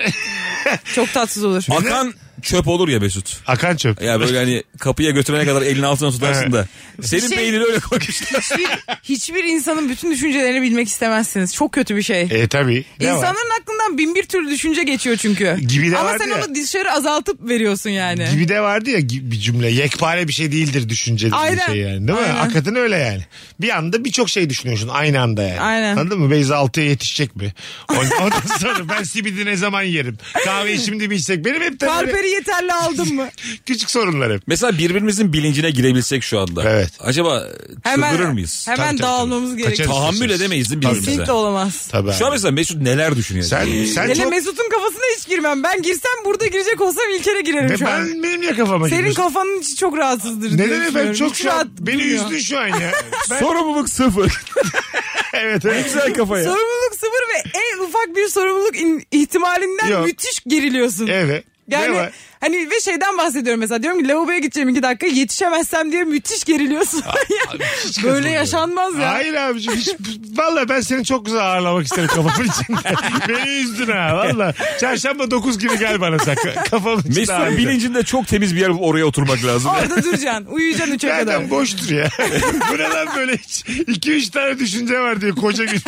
Çok tatsız olur. Akan çöp olur ya Mesut. Akan çöp. Ya böyle hani kapıya götürene kadar elini altına tutarsın da. Senin Şey- beynini öyle koymuşlar. Hiçbir, hiçbir insanın bütün düşüncelerini bilmek istemezsiniz. Çok kötü bir şey. E tabii. Ne var? İnsanların aklından bin bir türlü düşünce geçiyor çünkü. Gibi de Ama vardı sen ya. onu dışarı azaltıp veriyorsun yani. Gibi de vardı ya bir cümle. Yekpare bir şey değildir düşünce dediği Aynen. şey yani. Değil mi? Aynen. Hakikaten öyle yani. Bir anda birçok şey düşünüyorsun aynı anda yani. Aynen. Anladın mı? Beyza altıya yetişecek mi? Ondan ondan sonra ben simidi ne zaman yerim? Kahveyi şimdi mi içsek? Benim hep de böyle Kalperi yeterli aldın mı? küçük sorunlar hep. Mesela birbirimizin bilincine girebilsek şu anda. Evet. Acaba Hemen, çıldırır mıyız? hemen Tabii, tabii, dağılmamız tabii. gerekiyor. Kaçarız. Tahammül edemeyiz değil mi Tabii. birbirimize? Kesinlikle olamaz. Tabii Şu an abi. mesela Mesut neler düşünüyor? Sen, sen Hele çok... Mesut'un kafasına hiç girmem. Ben girsem, burada girecek olsam İlker'e girerim Ne, şu an. ben, benim ya kafama Senin giriyorsun. kafanın içi çok rahatsızdır diye Neden düşünüyorum. efendim? Çok Hiç şu an rahat beni durmuyor. üzdün şu an ya. Ben, Sorumluluk sıfır. evet evet. Güzel kafa ya. Sorumluluk sıfır ve en ufak bir sorumluluk in- ihtimalinden Yok. müthiş geriliyorsun. Evet. Yani var? hani ve şeyden bahsediyorum mesela, diyorum ki lavaboya gideceğim iki dakika, yetişemezsem diye müthiş geriliyorsun. Abi, hiç Böyle katılmıyorum. yaşanmaz ya. Hayır abicim hiç, vallahi ben seni çok güzel ağırlamak isterim kafamın içinde. Beni üzdün ha valla. Çarşamba dokuz gibi gel bana sen kafamın içinde. Mesut'un ağırla. bilincinde çok temiz bir yer bulup oraya oturmak lazım. Orada duracaksın. Uyuyacaksın üçe kadar. Nereden boştur ya. Bu ne lan böyle hiç iki üç tane düşünce var diye koca gün.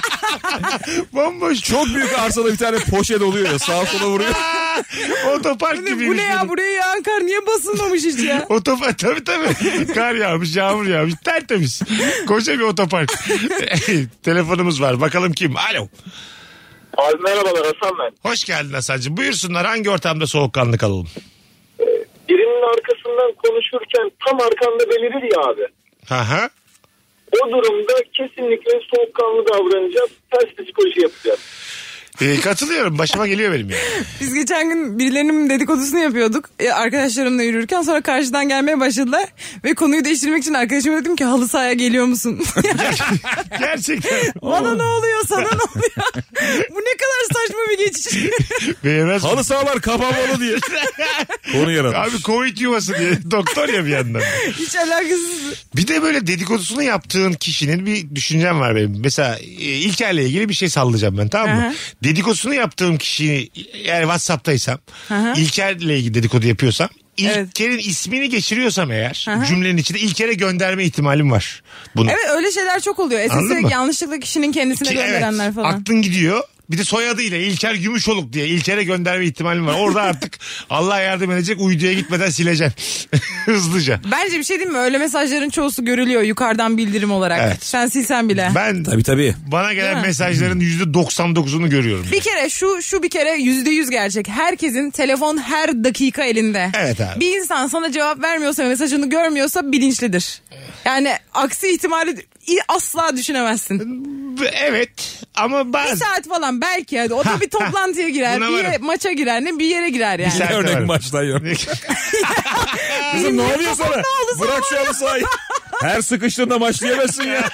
Bomboş. Çok büyük arsada bir tane poşet oluyor ya, sağa sola vuruyor. Otopark gibi. Bu ne ya, buraya yağan kar niye basılmamış hiç ya? Otopark tabii tabii. Kar yağmış, yağmur yağmış. Tertemiz. Koca bir otopark. Telefonumuz var. Bakalım kim? Alo. Abi merhabalar, Hasan ben. Hoş geldin Hasan'cığım. Buyursunlar, hangi ortamda soğukkanlı kalalım? Birinin arkasından konuşurken tam arkanda belirir ya abi. Aha. O durumda kesinlikle soğukkanlı davranacağız. Ters psikoloji yapacağız. Ee, katılıyorum. Başıma geliyor benim yani. Biz geçen gün birilerinin dedikodusunu yapıyorduk. Ee, arkadaşlarımla yürürken sonra karşıdan gelmeye başladılar. Ve konuyu değiştirmek için arkadaşıma dedim ki halı sahaya geliyor musun? Gerçekten. Bana ne oluyor, sana ne oluyor? Bu ne kadar saçma bir geçiş. Beğenmez mi? Halı sahalar kapanmalı diye. Konu yaratmış. Abi Covid yuvası diye. Doktor ya bir yandan. Hiç alakasız. Bir de böyle dedikodusunu yaptığın kişinin bir düşüncem var benim. Mesela e, İlker'le ilgili bir şey sallayacağım ben, tamam mı? Aha. Dedikodusunu yaptığım kişi eğer WhatsApp'taysam, Aha. İlker'le ilgili dedikodu yapıyorsam, Evet. İlker'in ismini geçiriyorsam eğer Aha. cümlenin içinde İlker'e gönderme ihtimalim var. Bunu. Evet, öyle şeyler çok oluyor. Anladın mı? Esas yanlışlıkla kişinin kendisine Ki, gönderenler evet, falan. aklın gidiyor. Bir de soyadıyla İlker Gümüşoluk diye İlker'e gönderme ihtimalim var. Orada artık Allah yardım edecek, uyduya gitmeden sileceksin. Hızlıca. Bence bir şey değil mi? Öyle mesajların çoğusu görülüyor yukarıdan bildirim olarak. Evet. Sen silsen bile. Ben Tabii tabii. bana gelen Değil mi? mesajların yüzde doksan dokuzunu görüyorum. Bir kere şu şu bir kere yüzde yüz gerçek. Herkesin telefon her dakika elinde. Evet abi. Bir insan sana cevap vermiyorsa, mesajını görmüyorsa bilinçlidir. Yani aksi ihtimali asla düşünemezsin. Evet ama Bir bazı... saat falan belki, hadi o Ha, da bir toplantıya girer, buna bir yere, varım. maça girer, ne bir yere girer yani. Bir saat Örnek var. maçtan yok. Kızım ne oluyor sana? halı Bırak şu halı sahayı. Her sıkıştığında maç diyemezsin ya.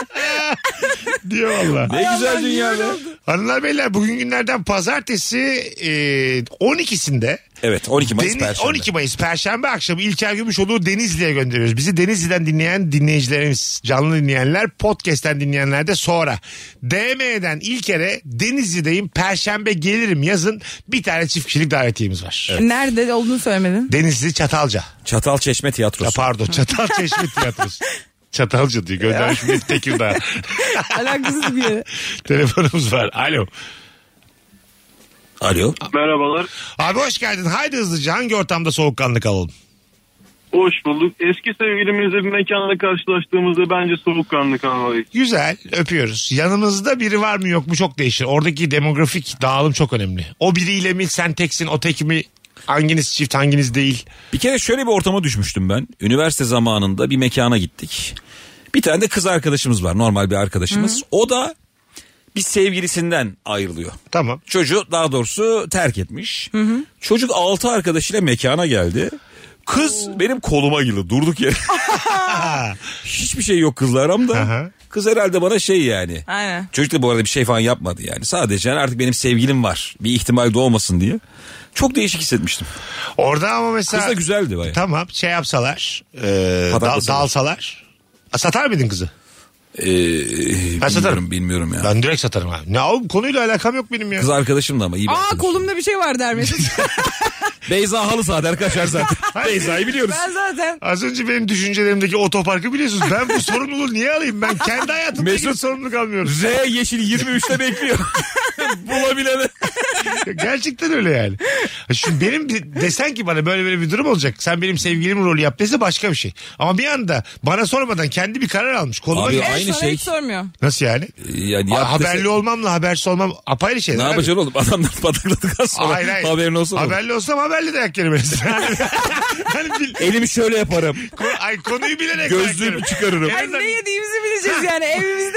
diyor valla. Ne güzel dünya be. Hanımlar beyler, bugün günlerden pazartesi e, on ikisinde Evet, on iki Mayıs Deni- Perşembe. on iki Mayıs Perşembe akşamı İlker Gümüşoğlu'nu Denizli'ye gönderiyoruz. Bizi Denizli'den dinleyen dinleyicilerimiz, canlı dinleyenler, podcast'ten dinleyenler de sonra. D M'den İlker'e Denizli'deyim Perşembe gelirim yazın, bir tane çift kişilik davetiyemiz var. Evet. Nerede olduğunu söylemedin. Denizli Çatalca. Çatalçeşme Ya Tiyatrosu. pardon, Çatalçeşme Tiyatrosu. Çatalca diyor, göndermiş bir Tekirdağ. Alakasız bir yere. Telefonumuz var. Alo. Alo. Merhabalar. Abi hoş geldin. Haydi hızlıca, hangi ortamda soğukkanlı kalalım? Hoş bulduk. Eski sevgilimizle bir mekanda karşılaştığımızda bence soğukkanlı kalmalıyız. Güzel, öpüyoruz. Yanımızda biri var mı yok mu çok değişir. Oradaki demografik dağılım çok önemli. O biriyle mi, sen teksin, o tek mi? Hanginiz çift, hanginiz değil? Bir kere şöyle bir ortama düşmüştüm ben. Üniversite zamanında bir mekana gittik. Bir tane de kız arkadaşımız var, normal bir arkadaşımız. Hı. O da bir sevgilisinden ayrılıyor. Tamam. Çocuğu daha doğrusu terk etmiş. Hı hı. Çocuk altı arkadaşıyla mekana geldi. Kız Oo. benim koluma girdi durduk yere. Hiçbir şey yok kızla aramda. Aha. Kız herhalde bana şey yani. Aynen. Çocuk da bu arada bir şey falan yapmadı yani. Sadece yani artık benim sevgilim var. Bir ihtimal doğmasın diye. Çok değişik hissetmiştim. Orada ama mesela... Kız da güzeldi bayağı. Tamam, şey yapsalar, e, dal, dalsalar. Satar mıydın kızı? Ee, Ben satarım. bilmiyorum, bilmiyorum ya. Ben direkt satarım abi. Ne oğlum, konuyla alakam yok benim ya. Kız arkadaşım da ama iyi bir Aa, arkadaşım. kolumda bir şey var der Mesut. Beyza halı saha der kaçar zaten. Beyza'yı biliyoruz. Ben zaten. Az önce benim düşüncelerimdeki otoparkı biliyorsunuz. Ben bu sorumluluğu niye alayım? Ben kendi hayatımdaki Mesut- sorumluluk almıyorum. R yeşil yirmi üçte bekliyor. Bulabilene. Gerçekten öyle yani. Şimdi benim de- desen ki bana böyle böyle bir durum olacak. Sen benim sevgilim rolü yap dese başka bir şey. Ama bir anda bana sormadan kendi bir karar almış. Koluma Abi, gel- aynı Sonra şey. hiç sormuyor. Nasıl yani? Yani Aa, yap haberli dese- olmamla habersiz olmam apayrı şeyler. Ne abi. yapacaksın oğlum? Adamlar patakladıktan sonra Hayır, hayır. haberin olsun. oğlum. Haberli olsam haberli dayak yerim. Yani, yani bil- Elimi şöyle yaparım. ko- ay, konuyu bilerek dayak Gözlüğümü yerim. çıkarırım. En Ay, azından- ne yediğimizi bileceğiz yani. Evimizde yiyeceğiz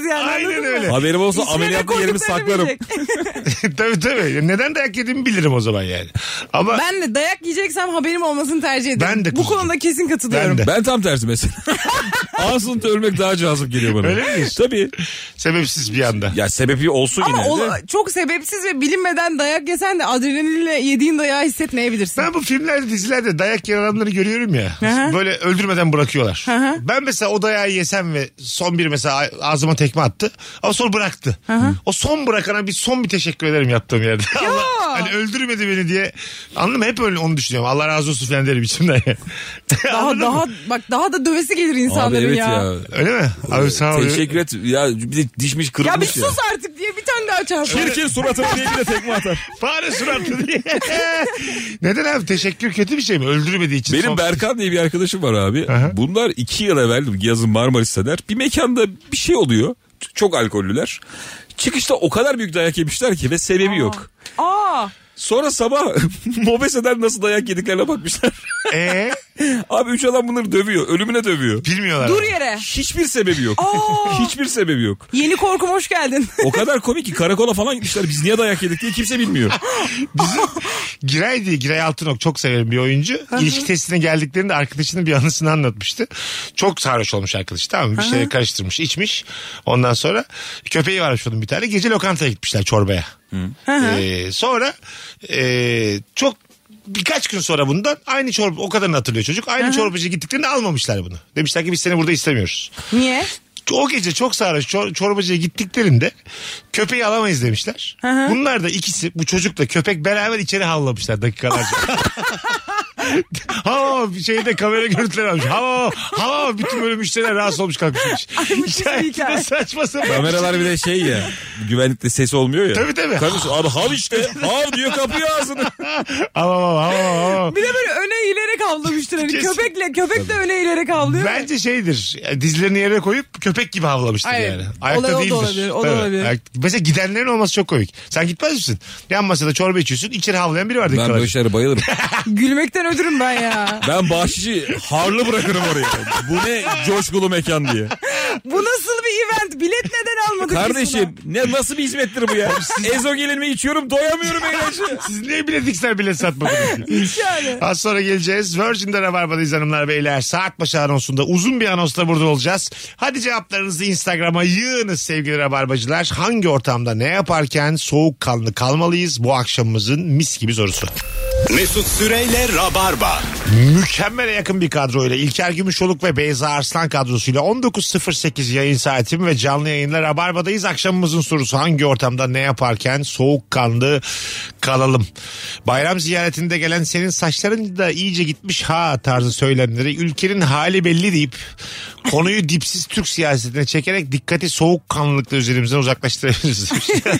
yani. Aynen öyle. Haberim olsa İçine ameliyatlı ne yerimi koyduklarını saklarım. bilecek. Tabii tabii. Neden dayak yediğimi bilirim o zaman yani. Ama Ben de dayak yiyeceksem haberim olmasını tercih ederim. Ben de Bu kuzucuğum. konuda kesin katılıyorum. Ben de. Ben tam tersi mesela. Ansızın ölmek daha cazip geliyor bana. Öyle mi diyorsun? Tabii. sebepsiz bir anda. Ya sebebi olsun Ama yine o, de. çok sebepsiz ve bilinmeden dayak yesen de adrenalinle yediğin dayağı hissetmeyebilirsin. Ben bu filmlerde, dizilerde dayak yiyen adamları görüyorum ya. Hı. Böyle öldürmeden bırakıyorlar. Hı. Ben mesela o dayağı yesem ve son bir mesela ağzıma tekme attı. Ama sonra bıraktı. O son bırakana bir son bir teşekkür ederim yattığım yerde. Allah, hani öldürmedi beni diye. Anladın mı? Hep öyle onu düşünüyorum. Allah razı olsun falan derim içimden. Daha Anladın daha mı? bak daha da dövesi gelir Abi insanların evet ya. ya. Öyle mi? Abi sağ ol. Teşekkür et. Ya bir de dişmiş Ya bir kırılmış ya. sus artık diye bir tane daha çarpar. Çirkin suratına diye bir de tekme atar. Fare suratlı diye. Neden abi? Teşekkür kötü bir şey mi? Öldürmediği için. Benim son... Berkan diye bir arkadaşım var abi. Aha. Bunlar iki yıl evvel yazın Marmaris'teler. Bir mekanda bir şey oluyor. Çok alkollüler. Çıkışta o kadar büyük dayak yemişler ki ve sebebi yok. Aa. Sonra sabah Mobese'den nasıl dayak yediklerine bakmışlar. Eee? Abi üç adam bunları dövüyor. Ölümüne dövüyor. Bilmiyorlar. Dur yere. Hiçbir sebebi yok. Aa. Hiçbir sebebi yok. Yeni korkum hoş geldin. O kadar komik ki karakola falan gitmişler. Biz niye dayak yedik diye kimse bilmiyor. Giray diye Giray Altınok çok severim bir oyuncu. İlişki testine geldiklerinde arkadaşının bir anısını anlatmıştı. Çok sarhoş olmuş arkadaş, tamam mı? Bir şey karıştırmış, içmiş. Ondan sonra köpeği varmış onun bir tane. Gece lokantaya gitmişler, çorbaya. Ee, sonra e, çok birkaç gün sonra bundan aynı çorba, o kadarını hatırlıyor çocuk. Aynı çorbacıya gittiklerinde almamışlar bunu. Demişler ki biz seni burada istemiyoruz. Niye? O gece çok sarhoş çor- çorbacıya gittiklerinde köpeği alamayız demişler. Bunlar da ikisi, bu çocukla köpek beraber içeri havlamışlar dakikalarca. Ha şeyde kamera görüntüleri almış. Ha ha bütün böyle müşteriler rahatsız olmuş kalkmış. Hikaye saçma sapan. Kameralar bir de şey ya. Güvenlikte ses olmuyor ya. Tabii tabii. Tabii abi hav işte. Hav diyor kapıyor ağzını. Ama ama ama ama. Bir de böyle öne eğilerek havlamıştır. Hani Kesin. köpekle köpek de öne eğilerek havlıyor. Bence şeydir. Dizilerini yere koyup köpek gibi havlamıştır Aynen. yani. Ayakta O da- o da değildir. olabilir, o da Tabii. olabilir. Ayak- Mesela gidenlerin olması çok komik. Sen gitmez misin? Yan masada çorba içiyorsun. İçeri havlayan biri var Ben dakikalarca. böyle şeylere bayılırım. Gülmekten ödürüm ben ya. Ben bahşişi harlı bırakırım oraya. Bu ne coşkulu mekan diye. Bu nasıl bir event? Bilet neden almadık biz Kardeşim ne nasıl bir hizmettir bu ya? Ezogelinimi içiyorum doyamıyorum eğlence. Siz niye biletikler bile satmadınız? buna? Hiç yani. Az sonra geleceğiz. Virgin'de Rabarba'dayız hanımlar beyler. Saat başı anonsunda uzun bir anonsla burada olacağız. Hadi cevaplarınızı Instagram'a yığınız sevgili Rabarbacılar. Hangi ortamda ne yaparken soğukkanlı kalmalıyız? Bu akşamımızın mis gibi sorusu. Mesut Süreyle Rabarba. Mükemmele yakın bir kadroyla İlker Gümüşoluk ve Beyza Arslan kadrosuyla on dokuz sıfır sekiz yayın saatim ve canlı yayınla Rabarba'dayız. Akşamımızın sorusu hangi ortamda ne yaparken soğukkanlı kalalım? Bayram ziyaretinde gelen senin saçların da iyice gitmiş ha tarzı söylemleri ülkenin hali belli deyip konuyu dipsiz Türk siyasetine çekerek dikkati soğukkanlılıkla üzerimizden uzaklaştırabiliriz.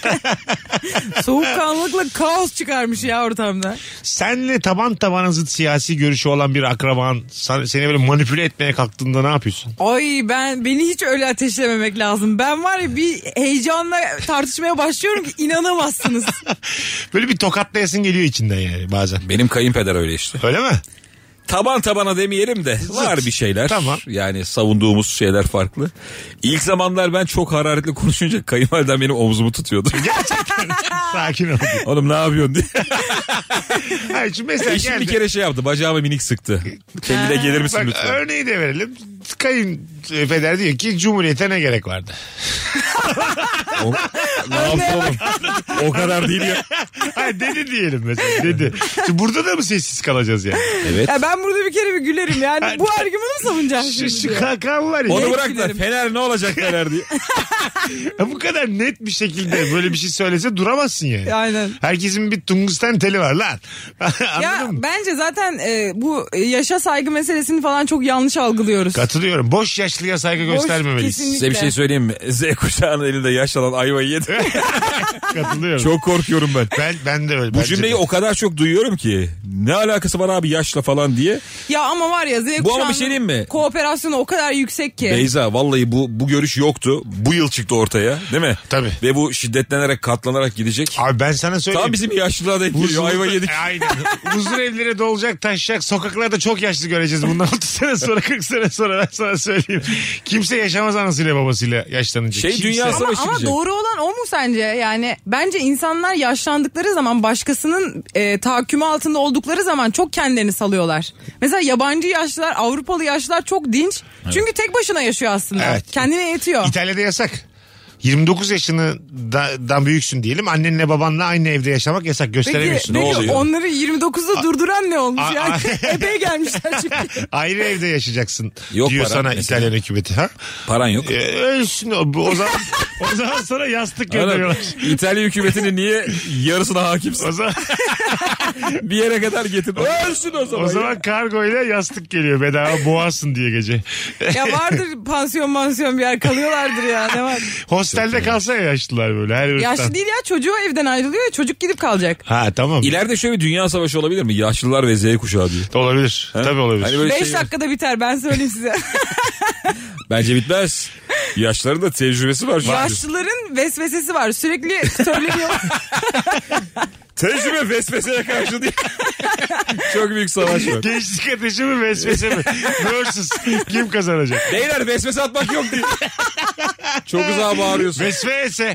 Soğukkanlılıkla kaos çıkarmış ya ortamda. Senle taban tabana zıt siyasi görüşü olan bir akraban sen- seni böyle manipüle etmeye kalktığında ne yapıyorsun? Ay ben beni hiç öyle ateşlememek lazım. Ben var ya bir heyecanla tartışmaya başlıyorum ki inanamazsınız. Böyle bir tokatlayasın geliyor içinden yani bazen. Benim kayınpeder öyle işte. Öyle mi? Taban tabana demeyelim de var bir şeyler. Tamam. Yani savunduğumuz şeyler farklı. İlk zamanlar ben çok hararetli konuşunca kayınvalidem benim omzumu tutuyordu. Gerçekten. Sakin ol. Oğlum ne yapıyorsun diye. Hayır, şimdi mesela Eşim geldi. bir kere şey yaptı, bacağıma minik sıktı. Kendine gelir misin Bak, lütfen? örneği de verelim. Kayınpeder diyor ki Cumhuriyete ne gerek vardı? O, ne yaptı oğlum? O kadar değil ya. Hayır dedi diyelim mesela dedi. Şimdi burada da mı sessiz kalacağız yani? Evet. Ya ben burada bir kere bir gülerim yani bu argümanı savunacağım Şu, şimdi. şu diye. kalkan var ya. Onu Net bırak da gülerim. Fener ne olacak Fener diye. Ya bu kadar net bir şekilde böyle bir şey söylese duramazsın yani. Aynen. Herkesin bir tungsten teli var lan. Ya Anladın mı? bence zaten e, bu yaşa saygı meselesini falan çok yanlış algılıyoruz. Katılıyorum. Boş yaşlıya saygı Boş, göstermemeliyiz. kesinlikle. Size bir şey söyleyeyim mi? Z kuşağının elinde yaşlanan ayvayı yedi. Katılıyorum. Çok korkuyorum ben. Ben, ben de öyle. Bu bence cümleyi de. o kadar çok duyuyorum ki. Ne alakası var abi yaşla falan diye. Ya ama var ya Z Bu ama bir kuşağının şey diyeyim mi? kooperasyonu o kadar yüksek ki. Beyza vallahi bu bu görüş yoktu. Bu yıl çıktı ortaya değil mi? Tabii. Ve bu şiddetlenerek katlanarak gidecek. Abi ben sana söyleyeyim. Tam bizim yaşlılığa denk geliyor. Ayva yedik. Aynen. Huzur evlere dolacak, taşacak. Sokaklarda çok yaşlı göreceğiz bundan otuz sene sonra, kırk sene sonra, ben sana söyleyeyim. Kimse yaşamaz anasıyla babasıyla yaşlanınca. Şey, Kimse. dünya Ama, savaşı ama diyecek. doğru olan o mu sence? Yani bence insanlar yaşlandıkları zaman, başkasının e, tahakkümü altında oldukları zaman çok kendilerini salıyorlar. Mesela yabancı yaşlılar, Avrupalı yaşlılar çok dinç. Çünkü tek başına yaşıyor aslında. Evet. Kendine yetiyor. İtalya'da yasak. yirmi dokuz yaşından büyüksün diyelim. Annenle babanla aynı evde yaşamak yasak. Peki, Gösteremiyorsun. peki Ne oluyor? onları yirmi dokuzda durduran ne olmuş? a- Yani a- epey gelmişler çünkü. Ayrı evde yaşayacaksın Yok diyor para sana mesela. İtalyan hükümeti. Ha? Paran yok. Ee, ölsün o. O zaman, o zaman sana yastık gönderiyorlar. Anam, İtalya hükümetinin niye yarısına hakimsin? O zaman, Bir yere kadar getir. Ölsün o zaman. o zaman kargoyla yastık geliyor bedava, boğazsın diye gece. Ya vardır pansiyon mansiyon bir yer, kalıyorlardır ya, ne var? Hostelde kalsa ya yaşlılar böyle her ırktan. Yaşlı değil ya, çocuğu evden ayrılıyor ya, çocuk gidip kalacak. Ha tamam. İleride şöyle bir dünya savaşı olabilir mi? Yaşlılar ve Z kuşağı diye. Olabilir. Ha? Tabii olabilir. Hani böyle Beş şey- dakikada biter, ben söyleyeyim size. Bence bitmez. Yaşlıların da tecrübesi var. çünkü. Yaşlıların vesvesesi var, sürekli söyleniyor. Tecrübe vesveseye karşı diye. Çok büyük savaş var. Gençlik ateşi mi vesvese mi? Versus kim kazanacak? Beyler vesvese atmak yok diye. Çok uzağa bağırıyorsun. Vesvese.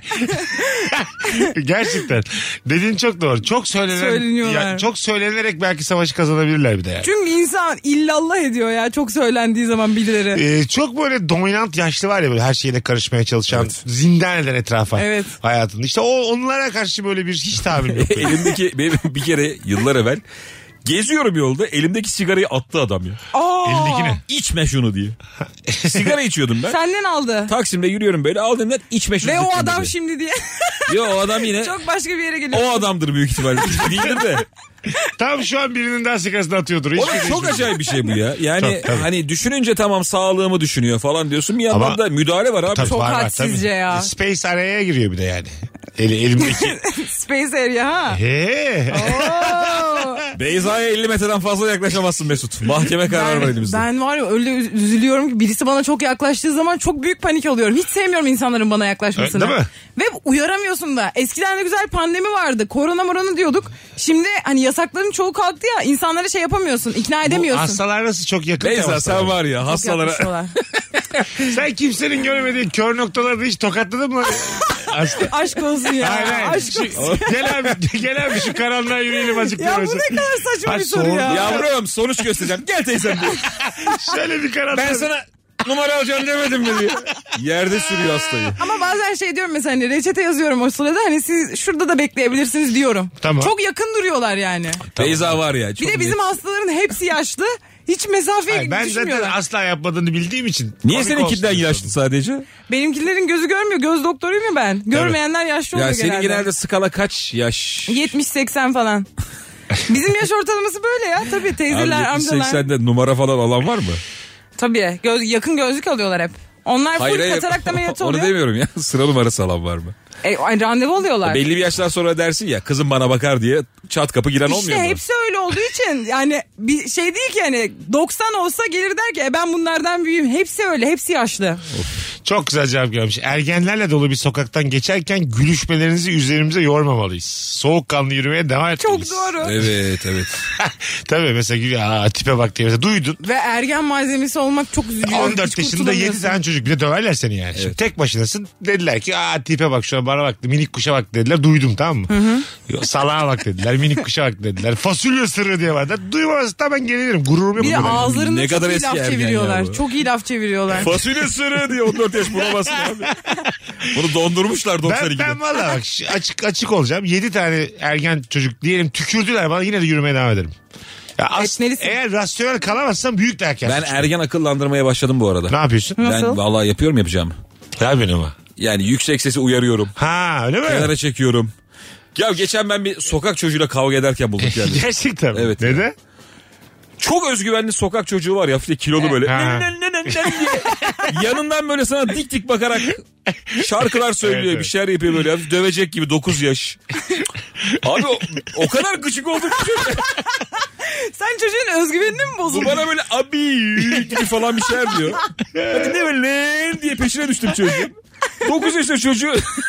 Gerçekten. Dediğin çok doğru. Çok söylenen, Söyleniyorlar. ya, çok söylenerek belki savaşı kazanabilirler bir de yani. Çünkü insan illallah ediyor ya, çok söylendiği zaman birileri. Ee, çok böyle dominant yaşlı var ya, böyle her şeyine karışmaya çalışan, zindan eden etrafa Evet. hayatında. İşte o onlara karşı böyle bir hiç tahammül yok. Elimdeki benim bir kere yıllar evvel geziyorum yolda, elimdeki sigarayı attı adam ya. Aa, Elindeki ne? İçme şunu diye. Sigara içiyordum ben. senden aldı. Taksim'de yürüyorum böyle, aldığımdan içme şunu. Ve o dedim adam dedi. şimdi diye. Yo, o adam yine Çok başka bir yere geliyor. o adamdır büyük ihtimalle. Değildir de. Tam şu an birinin daha sigarasını atıyordur. Hiçbir Oğlum şey çok içmiyor. acayip bir şey bu ya. Yani Çok, tabii. hani düşününce tamam, sağlığımı düşünüyor falan diyorsun. Bir yandan Ama- da müdahale var abi. Tabii, Çok var, var, hadsizce tabii. ya. Space araya giriyor bir de yani. Eli, elimdeki. Space Area ha. He. Oo. Beyza'ya elli metreden fazla yaklaşamazsın Mesut. Mahkeme kararı var Ben, elimizde. ben var ya öyle üz- üzülüyorum ki, birisi bana çok yaklaştığı zaman çok büyük panik oluyorum. Hiç sevmiyorum insanların bana yaklaşmasını. Evet, değil mi? Ve uyaramıyorsun da. Eskiden de güzel pandemi vardı. Korona morona diyorduk. Şimdi hani yasakların çoğu kalktı ya, insanlara şey yapamıyorsun, ikna Bu edemiyorsun. hastalar nasıl çok yakın Beyza temaslar. sen var ya Çok hastalara. yaklaşıyorlar. Sen kimsenin görmediği kör noktalarda hiç tokatladın mı? Hasta. Aşk olsun ya. Hayır, hayır. Aşk Şu- olsun. gel abi, gel abi şu karanlığa yürüyelim azıcık. Ya bu diyorsun. ne kadar saçma Ha, bir soru sorun ya. Yavrum sonuç göstereceğim. Gel teyzem diye. Şöyle bir karanlığa. Ben sana numara alacağım demedim mi diye. Yerde sürüyor hastayı. Ama bazen şey diyorum mesela, hani reçete yazıyorum o sırada, hani siz şurada da bekleyebilirsiniz diyorum. Tamam. Çok yakın duruyorlar yani. Beyza var ya. Bir Çok de bizim net. hastaların hepsi yaşlı. Hiç mesafeye Hayır, ben zaten düşünmüyorlar. asla yapmadığını bildiğim için. Niye komik seninkinden olsun yaşlı istedim. sadece? Benimkilerin gözü görmüyor. Göz doktoruyum ya ben. Görmeyenler yaşlı oluyor Ya senin genelde. genelde skala kaç yaş? yetmiş seksen falan. Bizim yaş ortalaması böyle ya. Tabii teyzeler, Abi amcalar. seksende numara falan alan var mı? Tabii. Göz, yakın gözlük alıyorlar hep. Onlar full katarak ameliyatı Onu oluyor. demiyorum ya. Sıra numarası alan var mı? E, ay, randevu alıyorlar. Belli bir yaştan sonra dersin ya, kızım bana bakar diye çat kapı giren olmuyor İşte mu? hepsi öyle olduğu için yani bir şey değil ki, hani doksan olsa gelir der ki e, ben bunlardan büyüğüm. Hepsi öyle, hepsi yaşlı. Çok güzel cevap gelmiş. Ergenlerle dolu bir sokaktan geçerken gülüşmelerinizi üzerimize yormamalıyız. Soğukkanlı yürümeye devam etmeliyiz. Çok doğru. Evet evet. Tabii mesela gülüyor. Aa, tipe bak diye. Mesela duydun. Ve ergen malzemesi olmak çok üzücü. on dört Hiç yaşında kurtulamıyorsun. yedi tane çocuk, bir de döverler seni yani. Şimdi tek başınasın, dediler ki aa tipe bak şuna, bana baktı, minik kuşa bak dediler, duydum tamam mı? Hı. Salağa bak dediler, minik kuşa bak dediler, fasulye sırrı diye vardı. Duymamazsa da ben gerilirim, gururum yok. Bir de bunda benim. ağızlarında Ne çok kadar iyi eski laf ergen çeviriyorlar. ya bu. Çok iyi laf çeviriyorlar. Fasulye sırrı diye on dört yaş bulamazsın abi. Bunu dondurmuşlar doksan Ben, ikide. ben valla bak şu- açık açık olacağım. Yedi tane ergen çocuk diyelim tükürdüler bana, yine de yürümeye devam ederim. Ya as- Etmelisin. eğer rasyonel kalamazsam büyük derken. Ben ergen akıllandırmaya başladım bu arada. Ne yapıyorsun? Ben Nasıl? vallahi yapıyorum yapacağım. Ne yapıyorsun ama? Yani yüksek sesi uyarıyorum. Ha öyle mi? Kenara çekiyorum. Ya geçen ben bir sokak çocuğuyla kavga ederken buldum kendimi. Gerçekten mi? Evet. Neden? Çok özgüvenli sokak çocuğu var ya, hafif kilolu böyle. Ha. Nen, nen, nen, nen diye. Yanından böyle sana dik dik bakarak şarkılar söylüyor, Evet, evet. bir şeyler yapıyor böyle. Hafif dövecek gibi, dokuz yaş. Abi o, o kadar gıcık oldum ki çocuğa. Sen çocuğun özgüvenini mi Bu bozdun? bana böyle abi gibi falan bir şeyler diyor. Hadi ne böyle lan diye peşine düştüm çocuğun. dokuz yaşında çocuğu.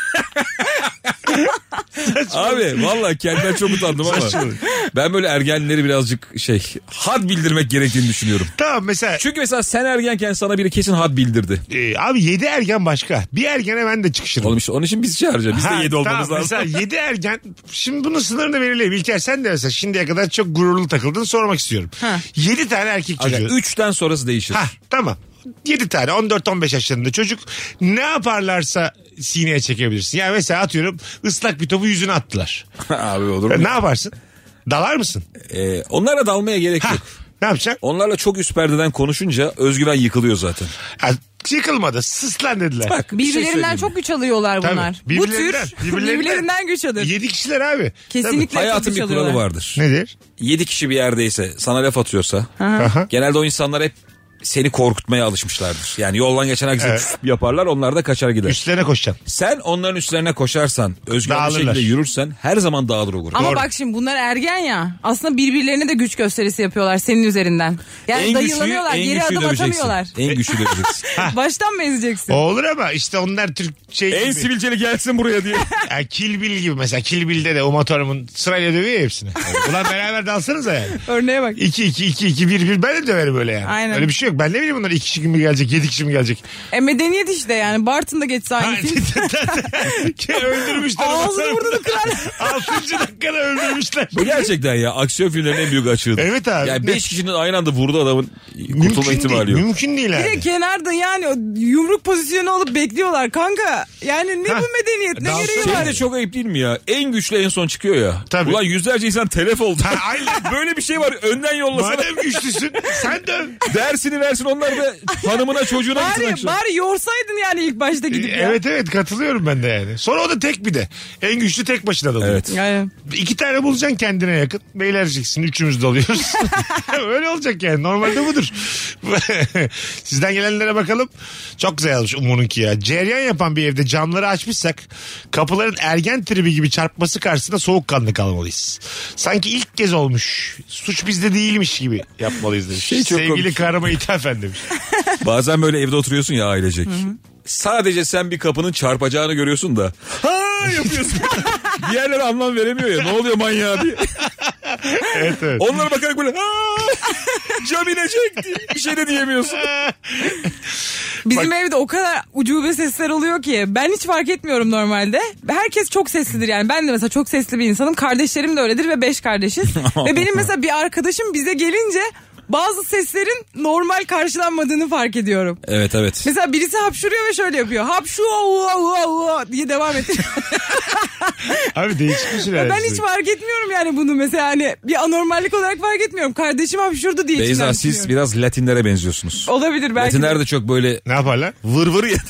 Abi vallahi kendimden çok utandım ama. Ben böyle ergenleri birazcık şey had bildirmek gerektiğini düşünüyorum. Tamam mesela. Çünkü mesela sen ergenken sana biri kesin had bildirdi. E, abi yedi ergen başka. Bir ergene ben de çıkışırım. Oğlum işte onun için biz çağıracağız. Biz Ha, de yedi olmamız tamam, lazım. Mesela yedi ergen. Şimdi bunun sınırını verelim. İlker sen de mesela şimdiye kadar çok gururlu takıldın, sormak istiyorum. Ha. yedi tane erkek çocuğu. Aga, üçten sonrası değişir. Ha tamam. yedi tane on dört on beş yaşlarında çocuk ne yaparlarsa sineye çekebilirsin. Yani mesela atıyorum ıslak bir topu yüzüne attılar. Abi olur mu? Ne yaparsın? Dalar mısın? Ee, onlarla dalmaya gerek Ha, yok. ne yapacaksın? Onlarla çok üst perdeden konuşunca özgüven yıkılıyor zaten. Ha, yıkılmadı. Sıslan dediler. Bak, bir şey Birbirlerinden söyleyeyim. çok güç alıyorlar Tabii, bunlar. Bu birbirlerinden, tür birbirlerinden. birbirlerinden güç alır. Yedi kişiler abi. Kesinlikle çok Hayatın güç bir kuralı alıyorlar. vardır. Tabii. Nedir? Yedi kişi bir yerdeyse sana laf atıyorsa Aha. genelde o insanlar hep seni korkutmaya alışmışlardır. Yani yoldan geçen herkese Evet. küf yaparlar, onlar da kaçar gider. Üstlerine koşacaksın. Sen onların üstlerine koşarsan, özgür bir Dağılırlar. şekilde yürürsen her zaman dağılır o grup. Ama Doğru. bak şimdi bunlar ergen ya. Aslında birbirlerine de güç gösterisi yapıyorlar senin üzerinden. Yani En güçlüyü, dayılanıyorlar, en geri güçlüyü adım döveceksin. atamıyorlar. En güçlü döveceksin. Baştan mı ezeceksin? O olur ama işte onlar Türk şey En gibi. sivilceli gelsin buraya diye. Yani Kill Bill gibi mesela. Kill Bill'de de Uma Thurman sırayla dövüyor ya hepsini. Ulan beraber dalsanıza yani. Örneğe bak. iki iki iki iki bir bir ben de döverim öyle yani. Aynen. Öyle bir şey yok. Ben ne bileyim bunlar iki kişi mi gelecek, yedi kişi mi gelecek? E medeniyet işte yani. Bartın'da geçse aynı film. Öldürmüşler. Ağzını burnunu kırar. Altıncı dakikada öldürmüşler. Bu gerçekten ya aksiyon filmlerinin en büyük açığıdır. Evet abi. Yani beş kişinin aynı anda vurduğu adamın kurtulma Mümkün ihtimali değil. yok. Mümkün değil Bir de abi. kenarda yani o yumruk pozisyonu olup bekliyorlar kanka. Yani ne Ha. bu medeniyet ne Dalsın. gereği Şey var? de çok ayıp değil mi ya? En güçlü en son çıkıyor ya. Tabii. Ulan yüzlerce insan telef oldu. Ha, aynen. Böyle bir şey var. Önden yollasana. Madem güçlüsün sen döv. Dersini versin, onlar da hanımına çocuğuna gitsin Bari, akşam. bari yorsaydın yani ilk başta gidip ya. Evet evet katılıyorum ben de yani. Sonra o da tek bir de. En güçlü tek başına dalıyor. Evet. Yani. İki tane bulacaksın kendine yakın. Beylerciksin. Üçümüz dalıyoruz. Öyle olacak yani. Normalde budur. Sizden gelenlere bakalım. Çok güzel yazmış Umu'nunki ya. Cereyan yapan bir evde camları açmışsak kapıların ergen tribi gibi çarpması karşısında soğukkanlı kalmalıyız. Sanki ilk kez olmuş. Suç bizde değilmiş gibi yapmalıyız demiş. Şey çok Sevgili komik. karıma ithafen demiş. Bazen böyle evde oturuyorsun ya ailecek. Sadece sen bir kapının çarpacağını görüyorsun da. Ha yapıyorsun. Diğerleri anlam veremiyor ya. Ne oluyor manyağı diye. Evet evet. Onlara bakarak böyle ha cam inecek diye. Bir şey de diyemiyorsun. Bizim evde o kadar ucube sesler oluyor ki ben hiç fark etmiyorum normalde. Herkes çok seslidir yani. Ben de mesela çok sesli bir insanım. Kardeşlerim de öyledir ve beş kardeşiz. Ve benim mesela bir arkadaşım bize gelince bazı seslerin normal karşılanmadığını fark ediyorum. Evet evet. Mesela birisi hapşuruyor ve şöyle yapıyor. Hapşu diye devam ettiriyor. Abi değişik bir şeyler. Ben hiç fark etmiyorum yani bunu mesela hani bir anormallik olarak fark etmiyorum. Kardeşim hapşurdu diye Beyza içimden siz düşünüyorum. biraz Latinlere benziyorsunuz. Olabilir belki. Latinler de çok böyle Ne yaparlar? vır vır ya.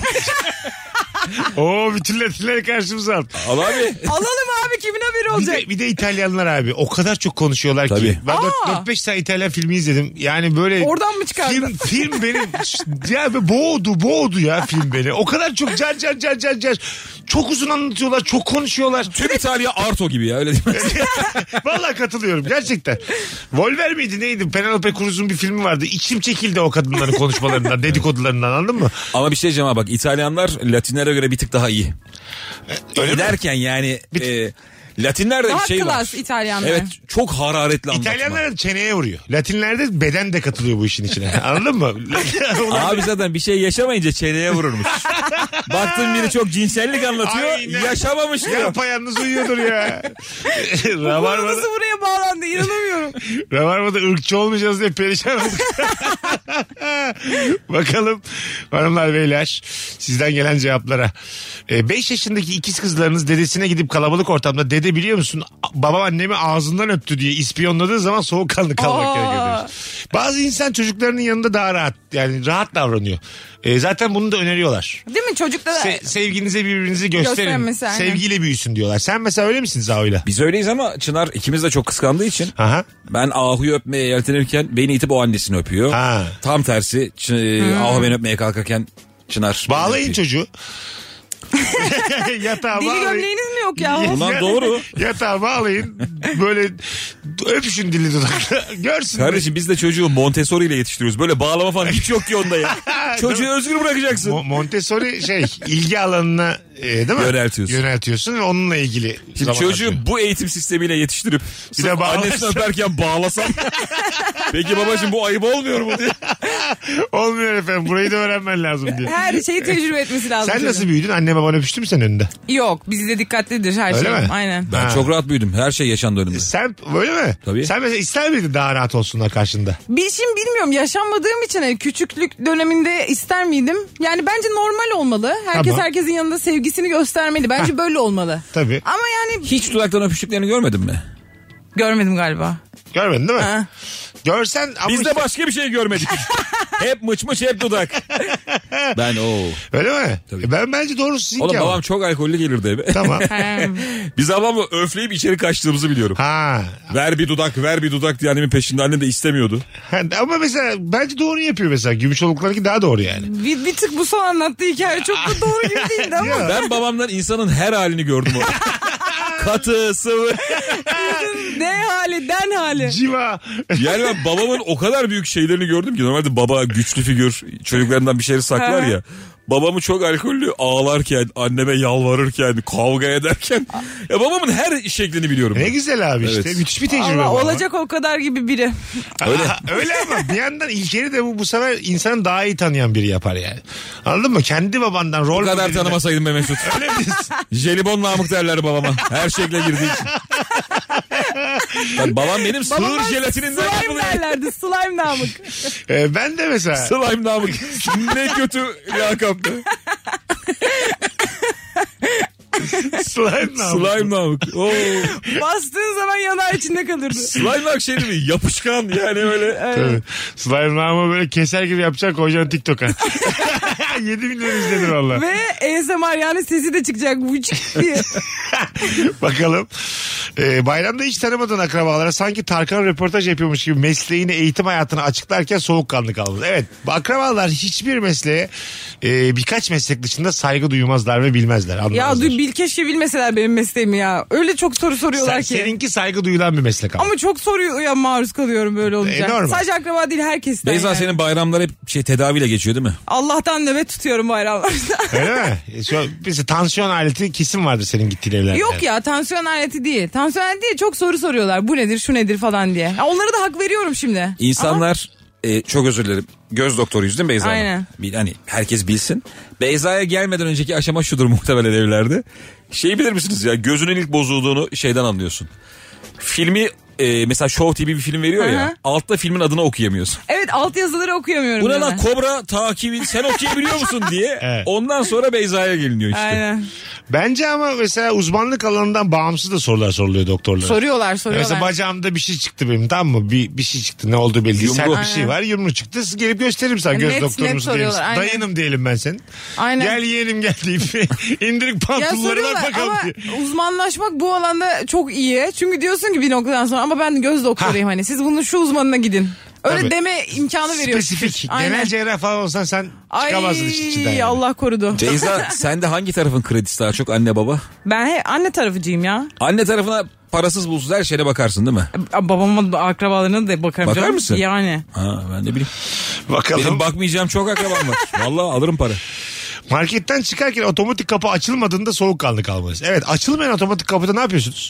Oo bütün Latinleri karşımıza al. Al abi. Alalım abi kimin haberi Bir olacak? de, bir de İtalyanlar abi o kadar çok konuşuyorlar Tabii. ki. Ben Aa! dört beş tane İtalyan filmi izledim. Yani böyle Oradan mı çıkardın? film, film benim ya boğdu boğdu ya film beni. O kadar çok car car car car car. Çok uzun anlatıyorlar, çok konuşuyorlar. Tüm İtalya Arto gibi ya öyle değil mi? Vallahi katılıyorum gerçekten. Volver miydi neydi? Penelope Cruz'un bir filmi vardı. İçim çekildi o kadınların konuşmalarından, dedikodularından anladın mı? Ama bir şey diyeceğim ha bak İtalyanlar Latinlere göre bir tık daha iyi. Öyle mi? Derken yani e, Latinlerde Daha bir şey klas var. İtalyanlar. Evet çok hararetli anlatma. İtalyanlar çeneye vuruyor. Latinlerde beden de katılıyor bu işin içine. Anladın mı? Ulan- Abi zaten bir şey yaşamayınca çeneye vururmuş. Baktın biri çok cinsellik anlatıyor. Aynen. Yaşamamış diyor. Yapayalnız uyuyordur ya. Rabarba'da, Nasıl buraya bağlandı inanamıyorum. Rabarba'da ırkçı olmayacağız diye perişan olduk. Bakalım hanımlar beyler sizden gelen cevaplara. beş yaşındaki ikiz kızlarınız dedesine gidip kalabalık ortamda dede biliyor musun babam annemi ağzından öptü diye ispiyonladığı zaman soğukkanlı kalmak Aa. gerekiyor demiş. Bazı insan çocuklarının yanında daha rahat yani rahat davranıyor. E, zaten bunu da öneriyorlar. Değil mi çocukta da Se- sevginize birbirinizi gösterin. Göstermesi, aynen. Sevgiyle büyüsün diyorlar. Sen mesela öyle misin Zaho'yla? Biz öyleyiz ama Çınar ikimiz de çok kıskandığı için. Aha. Ben Ahu'yu öpmeye yeltenirken beni itip o annesini öpüyor. Ha. Tam tersi Ç- Ahu beni öpmeye kalkarken Çınar. Bağlayın beni öpüyor. çocuğu. Yatağa deli bağlayın. gömleğiniz mi yok ya. Ulan doğru. Yatağa bağlayın. Böyle öpüşün dili dudakla. Görsün. Kardeşim biz de çocuğu Montessori ile yetiştiriyoruz. Böyle bağlama falan hiç yok ki onda ya. Çocuğu özgür bırakacaksın. Mo- Montessori şey ilgi alanına e, değil mi? Yöneltiyorsun. Yöneltiyorsun ve onunla ilgili. Şimdi çocuğu bu eğitim sistemiyle yetiştirip Bir de sırf bağlarsan- annesini öperken bağlasam. Peki babacığım bu ayıp olmuyor mu diye. Olmuyor efendim, burayı da öğrenmen lazım diye. Her şeyi tecrübe etmesi lazım. Sen çocuğun. nasıl büyüdün? Anne baban öpüştü mü senin önünde? Yok, bizi de dikkatlidir her Öyle şey. mi? Aynen. Ben Ha. çok rahat büyüdüm. Her şey yaşandı önümde. Sen öyle mi? Tabii. Sen mesela ister miydin daha rahat olsunlar karşında? Bir şimdi bilmiyorum, yaşanmadığım için hani küçüklük döneminde ister miydim? Yani bence normal olmalı. Herkes Tamam. herkesin yanında sevgisini göstermeli. Bence böyle olmalı. Tabii. Ama yani Hiç dudaktan öpüştüklerini görmedin mi? görmedim galiba. Görmedin değil mi? Ha. Görsen ama Biz de işte- başka bir şey görmedik. Hep mıç mıç hep dudak. Ben o. Öyle mi? Tabii. E Ben bence doğrusu sizinki Oğlum ama. babam çok alkollü gelirdi eve. Tamam. Biz ablamla öfleyip içeri kaçtığımızı biliyorum. Ha. Ver bir dudak ver bir dudak diye annemin peşinde, annem de istemiyordu. Ha, ama mesela bence doğru yapıyor mesela. Gümüşoluklarınki daha doğru yani. Bir, bir tık bu son anlattığı hikaye çok da doğru gibi değildi ama. Ya. Ben babamdan insanın her halini gördüm orada. Katı, sıvı. Ne hali, den hali. Civa. Yani ben babamın o kadar büyük şeylerini gördüm ki. Normalde baba güçlü figür, çocuklarından bir şeyleri saklar ya. Babamı çok alkollü ağlarken, anneme yalvarırken, kavga ederken. Ya babamın her şeklini biliyorum. Ne ben. güzel abi işte. Evet. Müthiş bir tecrübe. Allah, bu ama. olacak o kadar gibi biri. Öyle. Aha, öyle ama bir yandan İlker'i de bu, bu sefer insanın daha iyi tanıyan biri yapar yani. Anladın mı? Kendi babandan rol Bu kadar modelinden- tanımasaydım be Mesut. Öyle mi diyorsun? Jelibon Namık derler babama. Her şekle girdiği için. Lan babam benim sığır Babama jelatininden slime yapılıyor. derlerdi. Slime Namık. Ee, ben de mesela. Slime Namık. Ne kötü lakaptı. Slime Namık. Slime Namık. Oo. Bastığın zaman yanağı içinde kalırdı. Slime Namık şey değil mi? Yapışkan yani öyle. Tabii. Slime Namık'ı böyle keser gibi yapacaksın, koyacaksın TikTok'a. yedi milyon izlenir valla. Ve A S M R yani sesi de çıkacak. Vıcık diye. Bakalım. Ee, bayramda hiç tanımadığın akrabalara sanki Tarkan röportaj yapıyormuş gibi mesleğini, eğitim hayatını açıklarken soğukkanlı kaldı. Evet, bu akrabalar hiçbir mesleğe e, birkaç meslek dışında saygı duymazlar ve bilmezler. Ya Anlamazlar. duy, bil keşke bilmeseler benim mesleğimi ya. Öyle çok soru soruyorlar Sen, ki. seninki saygı duyulan bir meslek ama. Ama çok soruya maruz kalıyorum böyle olunca. E, normal. Sadece akraba değil, herkesten. Beyza yani. senin bayramlar hep şey tedaviyle geçiyor değil mi? Allah'tan nöbet tutuyorum bayramlarda. Öyle mi? E, Şu, mesela tansiyon aleti kesin vardır senin gittiğin evlerde. Yok ya, tansiyon aleti değil. Tansiyon aleti değil, çok soru soruyorlar. Bu nedir, şu nedir falan diye. Ya onlara da hak veriyorum şimdi. İnsanlar e, çok özür dilerim. Göz doktoruyuz değil mi Beyza Hanım? Aynen. Bil, hani herkes bilsin. Beyza'ya gelmeden önceki aşama şudur muhtemelen evlerde. Şey bilir misiniz ya, gözünün ilk bozulduğunu şeyden anlıyorsun. Filmi e, mesela Show T V bir film veriyor Hı ya. hı. Altta filmin adını okuyamıyorsun. Evet, alt yazıları okuyamıyorum. Bu ne böyle. lan, Kobra takibi sen okuyabiliyor musun diye. Evet. Ondan sonra Beyza'ya geliniyor işte. Aynen. Bence ama mesela uzmanlık alanından bağımsız da sorular soruluyor doktorlara. Soruyorlar soruyorlar. Mesela bacağımda bir şey çıktı benim, tamam mı? Bir, bir şey çıktı, ne olduğu belli değil. Yumru. Sert bir şey var, yumru çıktı. Gelip gösteririm sana, göz Net- doktoru net musun değil misin? soruyorlar, aynen. Dayınım diyelim ben senin. Aynen. Gel yeğenim gel deyip indirip Ya pantolonları var soruyorlar bakalım ama diye. uzmanlaşmak bu alanda çok iyi. Çünkü diyorsun ki bir noktadan sonra ama ben göz doktoruyum, hani siz bunun şu uzmanına gidin. Öyle Tabii. deme imkanı veriyor. Spesifik. Aynen. Genel cerrah falan olsan sen çıkamazdın işin içinden. Ay yani. Allah korudu. Beyza sende hangi tarafın kredisi daha çok, anne baba? Ben he, anne tarafıcıyım ya. Anne tarafına parasız bulsuz her şeyine bakarsın değil mi? Babamın akrabalarına da bakarım. Bakar canım. mısın? Yani. Ha ben ne bileyim. Bakalım. Benim bakmayacağım çok akrabam var. Vallahi alırım para. Marketten çıkarken otomatik kapı açılmadığında soğukkanlı kalmalıyız. Evet, açılmayan otomatik kapıda ne yapıyorsunuz?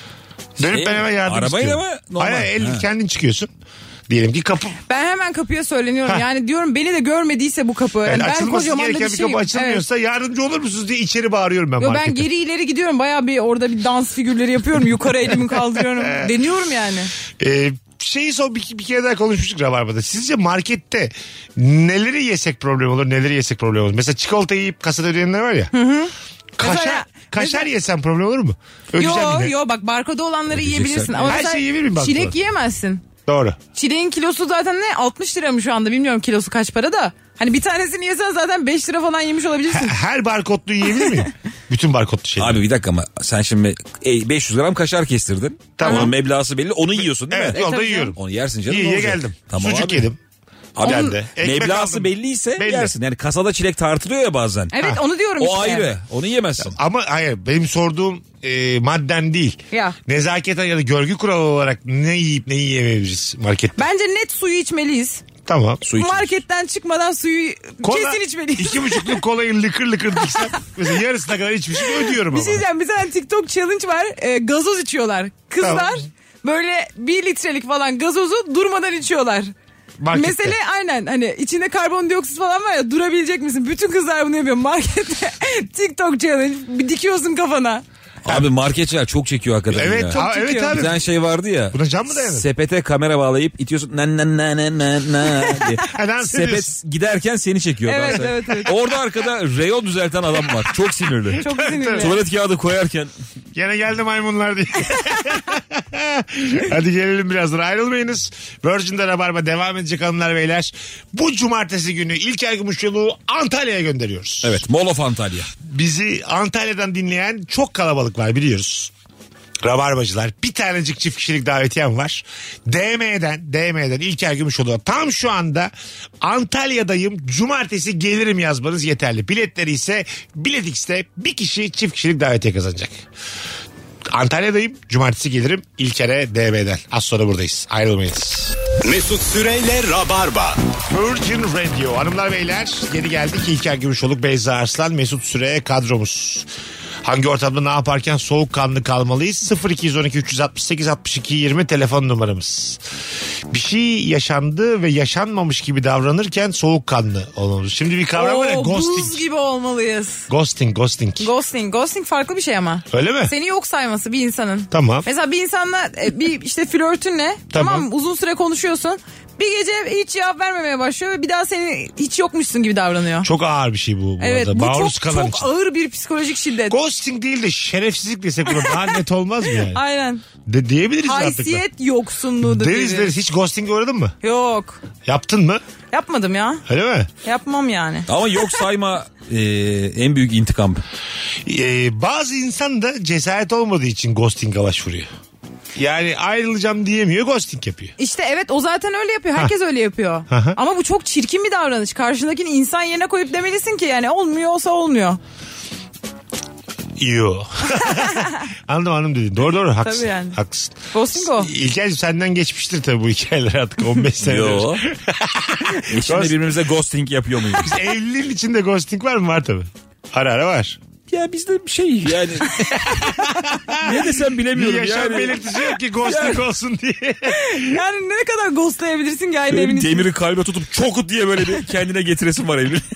Dönüp Şey, ben hemen yardım arabayla istiyorum. mı? Normal. Hayır, el, Ha. kendin çıkıyorsun. Diyelim ki kapı. Ben hemen kapıya söyleniyorum. Ha. Yani diyorum beni de görmediyse bu kapı. Yani Yani ben açılması kocaman da gereken bir bir şey. kapı açılmıyorsa yardımcı olur musunuz diye içeri bağırıyorum ben Yo, markete. ben geri ileri gidiyorum. Bayağı bir orada bir dans figürleri yapıyorum. Yukarı elimi kaldırıyorum. Deniyorum yani. Ee, şeyi son bir, bir kere daha konuşmuştuk Rabarba'da. Sizce markette neleri yesek problem olur, neleri yesek problem olur? Mesela çikolata yiyip kasada ödeyenler var ya. Hı hı. Kaşar, Mesela- kaşar mesela- yesen problem olur mu? Ödeyeceğim Yo yine. yo, bak barkoda olanları Ödeyeceksen. yiyebilirsin. Ama Her mesela şeyi yiyebilir miyim barkoda? çilek yiyemezsin. Doğru. Çileğin kilosu zaten ne? altmış lira mı şu anda? Bilmiyorum kilosu kaç para da. Hani bir tanesini yesen zaten beş lira falan yemiş olabilirsin. Her barkodlu yiyebilir miyim? Bütün barkodlu şeyleri. Abi bir dakika ama sen şimdi e, beş yüz gram kaşar kestirdin. Tamam. Onun meblası belli, onu yiyorsun değil Evet, mi? yolda tabii yiyorum. Onu yersin canım. İyi ne ye olacak? geldim. Tamam Sucuk abi. yedim. Abi Onun- ben de. Ekmek Meblası aldım. belliyse Belli. yersin. Yani kasada çilek tartılıyor ya bazen. Evet onu diyorum O işte. ayrı. Onu yemezsin. Ama hayır benim sorduğum e, madden değil. Ya. Nezaketen ya da görgü kuralı olarak ne yiyip ne yiyemeyebiliriz markette. Bence net suyu içmeliyiz. Tamam. Su içilir. Marketten çıkmadan suyu Kola, kesin içmeliyiz. iki buçukluk kolayı lıkır lıkır diksem mesela yarısına kadar içmişim ödüyorum Bir ama. şey diyeceğim. Bir tane TikTok challenge var. E, gazoz içiyorlar. Kızlar Tamam. böyle bir litrelik falan gazozu durmadan içiyorlar. Markette. Mesele aynen hani içinde karbondioksit falan var ya durabilecek misin? Bütün kızlar bunu yapıyor markette. TikTok challenge bir dikiyorsun kafana. Abi marketçiler çok çekiyor hakikaten Evet, ya. ha, evet çekiyor. abi. Bir tane şey vardı ya. Buna can mı dayanır? Sepete kamera bağlayıp itiyorsun. Na na na na na na diye. Ha, dans Sepet ediyorsun. giderken seni çekiyor. Evet, dansa. evet, evet. Orada arkada reyon düzelten adam var. Çok sinirli. Çok sinirli. Tuvalet kağıdı koyarken Gene geldi maymunlar diye. Hadi gelelim birazdan ayrılmayınız. Virgin'de Rabarba devam edecek hanımlar beyler. Bu cumartesi günü İlker Gümüşyoluk'u Antalya'ya gönderiyoruz. evet Mall of Antalya. Bizi Antalya'dan dinleyen çok kalabalık var biliyoruz. Rabarbacılar. Bir tanecik çift kişilik davetiyem var. D M'den, D M'den İlker Gümüşoğlu'na tam şu anda Antalya'dayım. Cumartesi gelirim yazmanız yeterli. Biletleri ise Bilet X'te bir kişi çift kişilik davetiye kazanacak. Antalya'dayım. Cumartesi gelirim. İlker'e D M'den. Az sonra buradayız. Ayrılmayınız. Mesut Süreyle Rabarba. Virgin Radio. Hanımlar beyler yeni geldik. İlker Gümüşoluk, Beyza Arslan, Mesut Süre kadromuz. Hangi ortamda ne yaparken soğukkanlı kalmalıyız? sıfır iki on iki üç altı sekiz altmış iki yirmi telefon numaramız. Bir şey yaşandı ve yaşanmamış gibi davranırken soğukkanlı olmamız. Şimdi bir kavram var ya, Oo, buz ghosting. gibi olmalıyız. Ghosting, ghosting. Ghosting. Ghosting farklı bir şey ama. Öyle mi? Seni yok sayması bir insanın. Tamam. Mesela bir insanla e, bir işte flörtünle Tamam. tamam mı? Uzun süre konuşuyorsun. Bir gece hiç cevap vermemeye başlıyor ve bir daha seni hiç yokmuşsun gibi davranıyor. Çok ağır bir şey bu. bu Evet arada. bu Maruz çok, kalan çok için. ağır bir psikolojik şiddet. Ghosting değil de şerefsizlik desek buna daha net olmaz mı yani? Aynen. De, diyebiliriz rahatlıkla. Haysiyet yoksunluğu da Deriz denir. deriz. Hiç ghosting uğradın mı? Yok. Yaptın mı? Yapmadım ya. Öyle mi? Yapmam yani. Ama yok sayma e, en büyük intikam. Ee, bazı insan da cesaret olmadığı için ghosting'e başvuruyor. Yani ayrılacağım diyemiyor, ghosting yapıyor. İşte evet o zaten öyle yapıyor. Herkes öyle yapıyor. Aha. Ama bu çok çirkin bir davranış. Karşındakini insan yerine koyup demelisin ki yani olmuyor olsa olmuyor. Yo. Anladım hanım dedin. Doğru doğru haklısın. Tabii yani. Haklısın. Ghosting o. İlker'cim senden geçmiştir tabii bu hikayeler artık on beş senedir. Yo. Eşimle Ghost- birbirimize ghosting yapıyor muyuz? Evliliğin içinde ghosting var mı? Var tabii. Ara ara var. Ya bizde bir şey yani. Ne desem Bir bilemiyorum yaşam yani. belirtisi yok ki ghosting olsun diye. Yani ne kadar ghostlayabilirsin ki aynı Benim evin içinde. demiri kalbe tutup çokut diye böyle bir kendine getiresim var evli.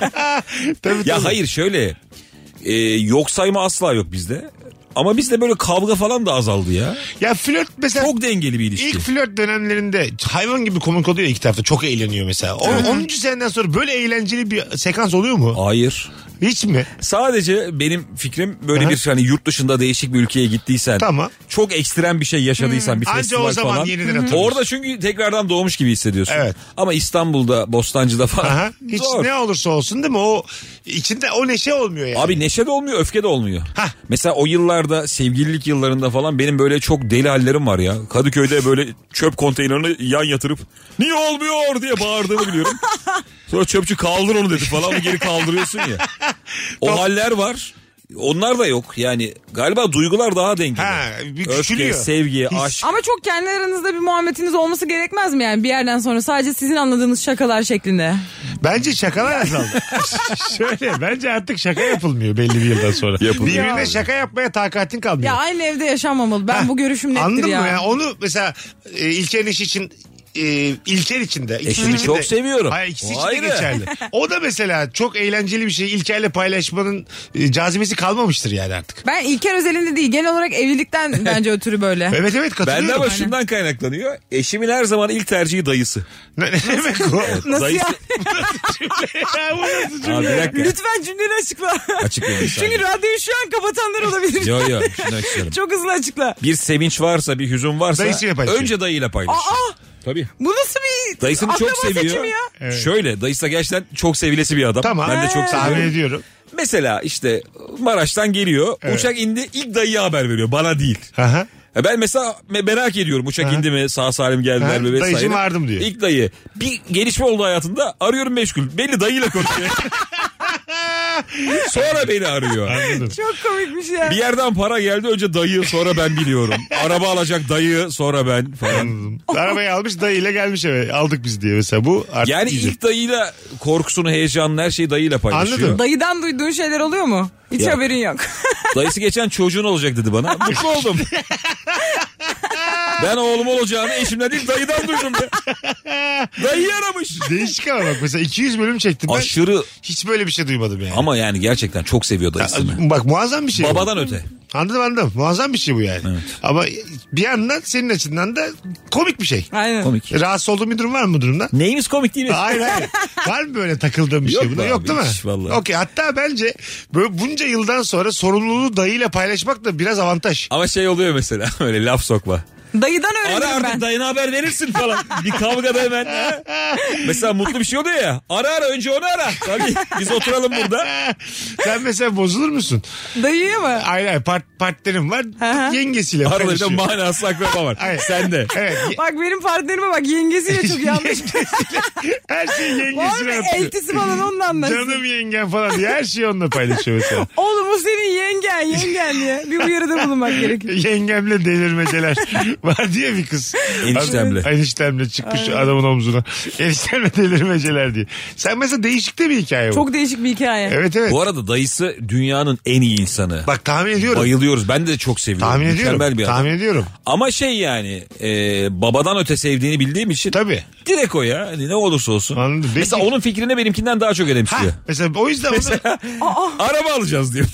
Tabii, Ya tabii. hayır şöyle e, yok sayma asla yok bizde. Ama bizde böyle kavga falan da azaldı ya. Ya flört mesela... Çok dengeli bir ilişki. İlk flört dönemlerinde hayvan gibi komik oluyor iki tarafta. Çok eğleniyor mesela. O, onuncu seneden sonra böyle eğlenceli bir sekans oluyor mu? Hayır. Hiç mi? Sadece benim fikrim böyle Aha. bir hani yurt dışında değişik bir ülkeye gittiysen. Tamam. Çok ekstrem bir şey yaşadıysan bir Anca festival o zaman falan. yeniden hatırlıyorsun. Orada çünkü tekrardan doğmuş gibi hissediyorsun. Evet. Ama İstanbul'da, Bostancı'da falan. Aha. Hiç zor. ne olursa olsun değil mi? O içinde o neşe olmuyor yani. Abi neşe de olmuyor, öfke de olmuyor. Hah. Mesela o yıllarda sevgililik yıllarında falan benim böyle çok deli hallerim var ya. Kadıköy'de böyle çöp konteynerini yan yatırıp niye olmuyor diye bağırdığımı biliyorum. Sonra çöpçü kaldır onu dedi falan ama geri kaldırıyorsun ya. O haller var. Onlar da yok. Yani galiba duygular daha dengeli. Ha, bir Öfke, küçülüyor. sevgi, His. aşk. Ama çok kendi aranızda bir muhabbetiniz olması gerekmez mi yani bir yerden sonra sadece sizin anladığınız şakalar şeklinde? Bence şakalar azaldı. Şöyle bence artık şaka yapılmıyor belli bir yıldan sonra. Yapılıyor. Birbirine Ya. şaka yapmaya takatin kalmıyor. Ya aynı evde yaşanmamalı. Ben Ha, bu görüşüm nettir anladın ya. mı ya? Onu mesela e, İlker'in eşi için e, İlker için de. ikisinin Eşimi için çok de- seviyorum. Hayır ikisi O için de ayrı. geçerli. O da mesela çok eğlenceli bir şey. İlker'le paylaşmanın e, cazibesi kalmamıştır yani artık. Ben İlker özelinde değil genel olarak evlilikten bence ötürü böyle. Evet evet katılıyorum. Bende ama şundan kaynaklanıyor. Eşimin her zaman ilk tercihi dayısı. Ne, ne demek o? Nasıl Dayısı... ya? Ya bu nasıl cümle? Abi bir dakika. Lütfen cümleni açıkla. Açıklayayım bir saniye. Çünkü radyoyu şu an kapatanlar olabilir. Yo yo şunu açıklarım. Çok hızlı açıkla. Bir sevinç varsa bir hüzün varsa Dayısıyla paylaşıyor. önce dayıyla paylaşır. Aa! Tabii. Bu nasıl bir Dayısını çok akraba seviyor. seçimi ya? Evet. Şöyle dayısı da gerçekten çok sevilesi bir adam. Tamam. Ben de çok Tahmin seviyorum. ediyorum. Mesela işte Maraş'tan geliyor. Evet. Uçak indi ilk dayıya haber veriyor bana değil. Aha. Ben mesela merak ediyorum uçak Ha. indi mi, sağ salim geldiler Ha, mi vesaire. dayıcım vardım diyor. İlk dayı. Bir gelişme oldu hayatında, arıyorum meşgul. Belli dayıyla konuşuyor. Sonra beni arıyor. Anladım. Çok komikmiş ya. Bir yerden para geldi, önce dayı, sonra ben biliyorum. Araba alacak dayı, sonra ben falan. Anladım. Arabayı almış dayıyla gelmiş eve. Aldık biz diye mesela bu artık Yani iyice. ilk dayıyla korkusunu, heyecanını, her şeyi dayıyla paylaşıyor. Anladım. Dayıdan duyduğun şeyler oluyor mu? Hiç Ya. haberin yok. Dayısı geçen çocuğun olacak dedi bana. Mutlu oldum. Ben oğlum olacağını eşimden değil dayıdan duydum be. Dayı aramış. Değişik ama bak mesela iki yüz bölüm çektim ben. Aşırı Hiç böyle bir şey duymadım yani. ama yani gerçekten çok seviyor dayısını. Bak muazzam bir şey. bu. Babadan öte. Anladım anladım. Muazzam bir şey bu yani. Evet. Ama bir yandan senin açından da komik bir şey. Aynen. Komik. Rahatsız olduğun bir durum var mı bu durumda? Neyimiz komik değil mi? Hayır hayır. Var mı böyle takıldığın bir Yok şey? Buna be yok abi, değil mi? hiç vallahi. Okey, hatta bence böyle bunca yıldan sonra sorumluluğu dayıyla paylaşmak da biraz avantaj. Ama şey oluyor mesela öyle laf sokma. Dayıdan Ara öğrenirim artık ben. dayına haber verirsin falan. Bir kavgada hemen. ha? Mesela mutlu bir şey oluyor ya. Ara ara önce onu ara. Tabii biz oturalım burada. Sen mesela bozulur musun? Dayıya mı? Aynen part, partnerim var. hı. Yengesiyle Arada bir de paylaşıyor. manası akraba var. Aynen. Sen de. Evet. Bak benim partnerime bak, yengesiyle çok yanlış. Her şeyi Var yengesine mı atıyor. eltisi falan ondan da. Canım yengem falan diye her şeyi onunla paylaşıyor mesela. Oğlum o senin yengen yengen diye. Bir uyarıda bulunmak gerekiyor. Yengemle delirmeceler. Var diye bir kız. Eniştemle. Abi, eniştemle çıkmış adamın omzuna. Eniştemle delirmeceler diye. Sen mesela değişik de bir hikaye bu. Çok değişik bir hikaye. Evet evet. Bu arada dayısı dünyanın en iyi insanı. Bak tahmin ediyorum. Bayılıyoruz. Ben de çok seviyorum. Tahmin Mükemmel ediyorum. bir adam. Tahmin ediyorum. Ama şey yani e, babadan öte sevdiğini bildiğim için Tabii. direkt o ya. Hani ne olursa olsun. Anladım. Peki- Mesela onun fikrine benimkinden daha çok Ha, önemsiyor. mesela o yüzden onu... Araba alacağız diyor.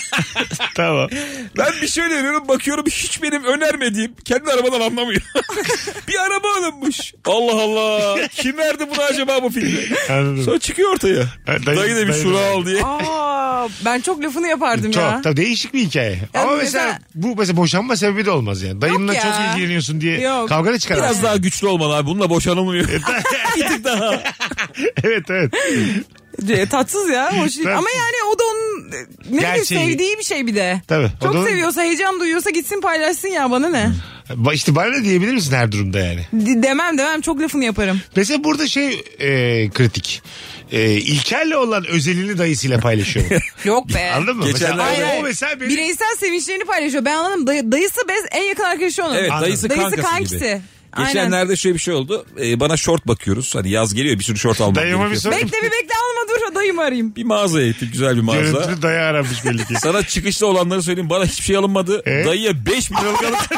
Tamam. Ben bir şey öneriyorum, bakıyorum hiç benim önermediğim, kendi arabadan anlamıyor. Bir araba alınmış. Allah Allah. Kim verdi buna acaba bu fikri? Anladım. Sonra çıkıyor ortaya. Ha, Dayı, dayı- demiş dayı şunu da- al diye. Aa, ben çok lafını yapardım ya. Çok tabii değişik bir hikaye. Ama mesela, mesela- bu mesela boşanma sebebi de olmaz yani. Dayınla Yok ya. çok ilgileniyorsun diye Yok. kavga da çıkar. Biraz daha güçlü olmalı abi. Bununla boşanılmıyor. Bir tık daha. Evet evet. C- Tatsız ya. Hoş değil. Tatsız. Ama yani o da onun e, ne bileyim Gerçeği. sevdiği bir şey bir de. Tabii. O Çok da- seviyorsa, heyecan duyuyorsa gitsin paylaşsın ya, bana ne? Ba- İşte bana ne diyebilir misin her durumda yani? D- demem demem, çok lafını yaparım. Mesela burada şey e, kritik. E, İlker'le olan özelini dayısıyla paylaşıyor. Yok be. Anladın mı? Geçenlerde- Mesela, Hayır, o hayır. mesela benim... Bireysel sevinçlerini paylaşıyor. Ben anladım. Day- dayısı bez en yakın arkadaşı onun. Evet, dayısı, Dayısı kankası, kankisi. gibi. Aynen. Geçenlerde şöyle bir şey oldu. Ee, bana şort bakıyoruz. Hani yaz geliyor, bir sürü şort almak Dayıma bir gerekiyor. sor. Bekle bir bekle, alma dur, dayımı arayayım. Bir mağazaya gittik, güzel bir mağaza. Görüntülü dayı aramış belli ki. Sana çıkışta olanları söyleyeyim. Bana hiçbir şey alınmadı. E? Dayıya beş bin liralık aldık.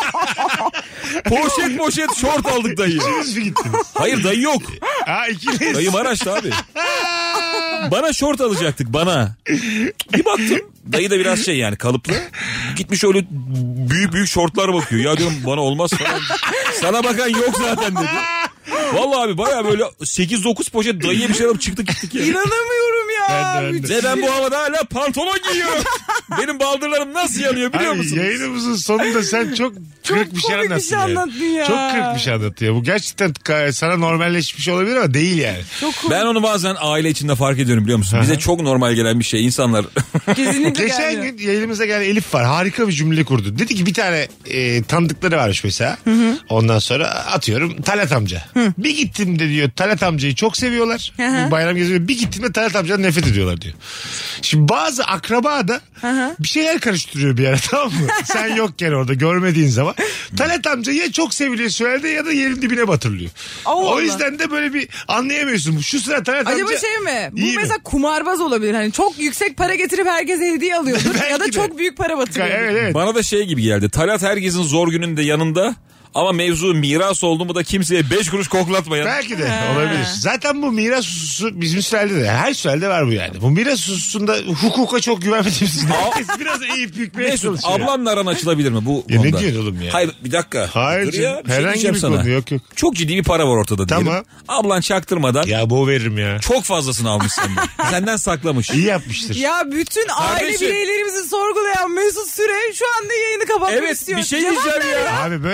Poşet poşet şort aldık dayıya. İkiniz mi gittiniz? Hayır dayı yok. Ha ikiniz. Dayı Maraş'ta abi. Bana şort alacaktık bana. Bir baktım. Dayı da biraz şey yani kalıplı. Gitmiş öyle büyük büyük şortlar bakıyor. Ya diyorum bana olmaz falan. Sana bakan yok zaten dedi. Vallahi abi baya böyle sekiz dokuz poşet dayıya bir şey alıp çıktık gittik ya. İnanamıyorum ya. Ben de, ben de. Ve ben bu havada hala pantolon giyiyorum. Benim baldırlarım nasıl yanıyor biliyor Abi, musunuz? yayınımızın sonunda sen çok kırık bir şey komik bir anlattın. şey yani. anlattın ya. Çok kırık bir şey anlattın ya. Bu gerçekten ka- sana normalleşmiş olabilir ama değil yani. Çok komik. Ben onu bazen aile içinde fark ediyorum biliyor musun? Bize çok normal gelen bir şey. İnsanlar Kesinlikle Geçen gelmiyor. gün yayınımıza gelen Elif var. Harika bir cümle kurdu. Dedi ki bir tane e, tanıdıkları varmış mesela. Ondan sonra atıyorum Talat amca. Bir gittim de diyor Talat amcayı çok seviyorlar. Hı hı. Bayram geziyor. Bir gittim de Talat amcadan nefret ediyorlar diyor. Şimdi bazı akraba da bir şeyler karıştırıyor bir yere, tamam mı? Sen yokken orada görmediğin zaman. Talat amca ya çok seviliyor söyledi ya da yerin dibine batırılıyor. Allah o Allah. yüzden de böyle bir anlayamıyorsun. Şu sıra Talat amca Acaba şey mi? Bu iyi mi? mesela kumarbaz olabilir. Hani çok yüksek para getirip herkese hediye alıyordur. Belki ya da de. çok büyük para batırıyordur. Evet evet. bana da şey gibi geldi. Talat herkesin zor gününde yanında. Ama mevzu miras oldu mu da kimseye beş kuruş koklatmayan. Belki de olabilir. Zaten bu miras hususu bizim sürelde de, her sürelde var bu yani. Bu miras hususunda hukuka çok güvenmediğimiz için herkes biraz eğip bükmeye Mesut çalışıyor. ablanla aran açılabilir mi bu Ya ne konuda? diyorsun oğlum ya? Hayır bir dakika. Hayır Dur canım, ya, bir şey herhangi diyeceğim bir sana. konu yok yok. Çok ciddi bir para var ortada Tamam. diyelim. Ablan çaktırmadan Ya bu veririm ya. çok fazlasını almış senden. Senden saklamış. İyi yapmıştır. Ya bütün aile Kardeşim. bireylerimizi sorgulayan Mesut Süre şu anda yayını kapatmak Evet istiyor. bir şey Cevap diyeceğim ver ya. Abi böyle sorular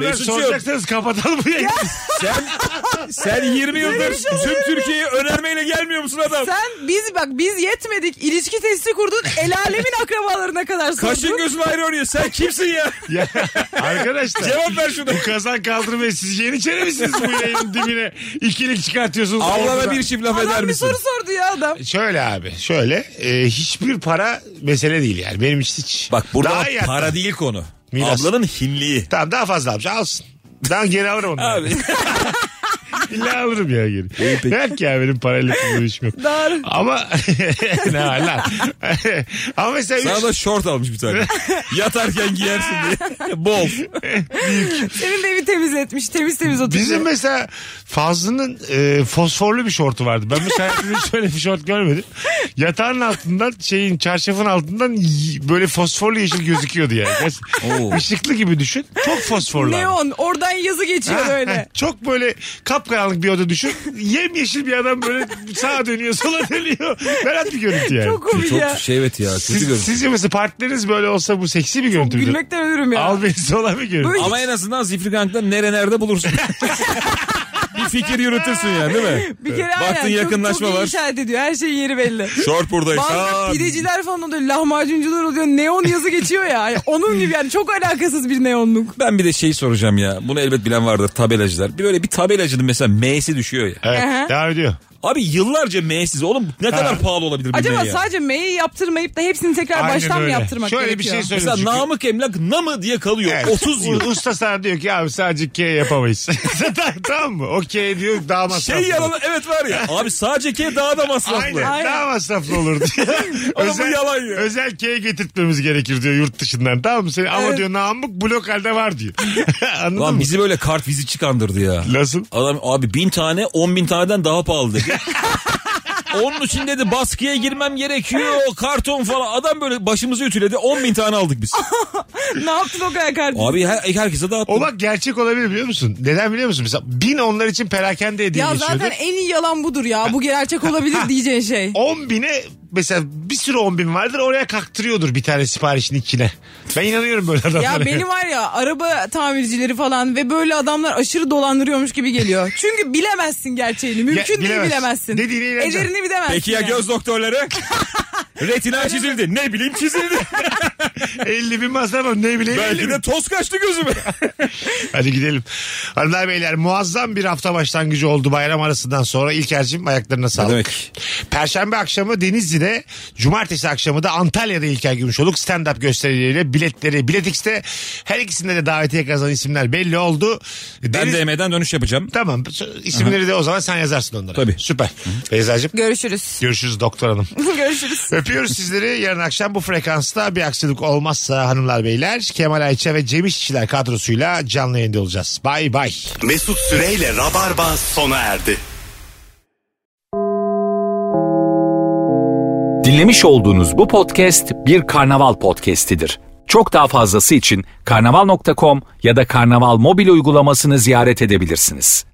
Mesut'cum. soracaksanız kapatalım bu yayını. Sen sen yirmi yıldır tüm Türkiye'yi önermeyle gelmiyor musun adam? Sen biz bak biz yetmedik. İlişki testi kurdun. El alemin akrabalarına kadar sordun. Kaşın gözün ayrı oraya. Sen kimsin ya? Ya, arkadaşlar. Cevap ver şunu. Bu kazan kaldırmayı siz yeniçeri misiniz bu yayının dibine? İkilik çıkartıyorsunuz. Ablana ortada. bir çift laf Adam eder bir misin? soru sordu ya adam. Şöyle abi şöyle e, hiçbir para mesele değil yani benim için hiç. Bak burada Daha iyi para hatta. değil konu. Miras. Ablanın hinliği. Tamam daha fazla almış alsın. Daha geri alırım onu. Abi. İlla alırım ya geri. Belki ya benim parayla kullanım işim yok. Doğru. Ama ne var lan? Ama mesela Sana üç... da şort almış bir tane. Yatarken giyersin diye. Bol. Senin de evi temizletmiş. Temiz temiz oturuyor. Bizim mesela Fazlı'nın e, fosforlu bir şortu vardı. Ben mesela hayatımda hiç öyle bir şort görmedim. Yatağın altından şeyin çarşafın altından y- böyle fosforlu yeşil gözüküyordu yani. Oo. Işıklı gibi düşün. Çok fosforlu. Neon. Oradan yazı geçiyor Ha, böyle. ha, çok böyle kapkaranlık bir oda düşün. Yemyeşil bir adam böyle sağa dönüyor sola dönüyor. Berat bir görüntü yani. Çok komik ya. Çok şey evet ya. Kötü Siz, görünüyor. sizce mesela partneriniz böyle olsa bu seksi bir görüntü müdür? Gülmekten ölürüm ya. Al beni sola bir görüntü. Böyle- Ama en azından Zifrigank'ta nere nerede bulursun. Bir fikir yürütürsün yani değil mi? Bir kere Baktın aynen yakınlaşma çok, çok iyi var. işaret ediyor. Her şeyin yeri belli. Şort buradaysa. Bazen pideciler falan oluyor. Lahmacuncular oluyor. Neon yazı geçiyor ya. Yani onun gibi yani çok alakasız bir neonluk. Ben bir de şey soracağım ya. Bunu elbet bilen vardır tabelacılar. Bir böyle bir tabelacının mesela M'si düşüyor ya. Evet Aha. devam ediyor. Abi yıllarca M'siz. Oğlum ne kadar pahalı olabilir bir Acaba M ya? sadece M'yi yaptırmayıp da hepsini tekrar Aynen baştan mı öyle. yaptırmak Şöyle bir gerekiyor? şey söyleyeyim. Mesela çünkü- Namık Emlak Namı diye kalıyor. Evet. otuz yıl. U- Usta sana diyor ki abi sadece K yapamayız. Tamam mı? O K diyor daha masraflı. Şey yalan evet var ya. Abi sadece K daha da masraflı. Aynen, Aynen. daha masraflı olur diyor. Ama bu yalan ya. Özel K getirtmemiz gerekir diyor yurt dışından tamam mı? Senin, ama Evet. diyor Namık bu lokalde var diyor. Anladın Lan mı? bizi böyle kart vizitçi kandırdı ya. Nasıl? Adam abi bin tane on bin taneden daha pahalı dedi. Onun için dedi baskıya girmem gerekiyor karton falan. Adam böyle başımızı ütüledi on bin tane aldık biz. Ne yaptın o kadar kardeşim? Abi her, herkese dağıttım. O bak gerçek olabilir biliyor musun? Neden biliyor musun? Mesela bin onlar için perakende hediye Ya geçiyordur. zaten en iyi yalan budur ya. Bu gerçek olabilir diyeceğin şey. on bine mesela bir sürü on bin vardır oraya kaktırıyordur bir tane siparişin içine. Ben inanıyorum böyle adamlara. Ya benim var ya araba tamircileri falan ve böyle adamlar aşırı dolandırıyormuş gibi geliyor. Çünkü bilemezsin gerçeğini. Mümkün değil bilemezsin. bilemezsin. Dediğine inanacaksın. Ederini bilemezsin. Peki ya yani. göz doktorları? Retina çizildi. Ne bileyim çizildi. elli bin masraf var ne bileyim. elli Belki bin. de toz kaçtı gözüme. Hadi gidelim. Hanımlar beyler muazzam bir hafta başlangıcı oldu bayram arasından sonra. İlker'cim ayaklarına sağlık. demek? Perşembe akşamı Denizli'de, cumartesi akşamı da Antalya'da İlker Gümüşoluk stand-up gösterileriyle biletleri Bilet X'te her ikisinde de davetiye kazanan isimler belli oldu. Ben Deniz... D M'den dönüş yapacağım. Tamam isimleri de o zaman sen yazarsın onlara. Tabii. Süper. Beyza'cığım Görüşürüz. görüşürüz doktor hanım. Görüşürüz. Öpüyoruz sizleri. Yarın akşam bu frekansta bir aksilik olmazsa hanımlar beyler Kemal Ayça ve Cem İşçiler kadrosuyla canlı yayında olacağız. Bay bay. Mesut Süreyle Rabarba sona erdi. Dinlemiş olduğunuz bu podcast bir karnaval podcastidir. Çok daha fazlası için karnaval nokta com ya da karnaval mobil uygulamasını ziyaret edebilirsiniz.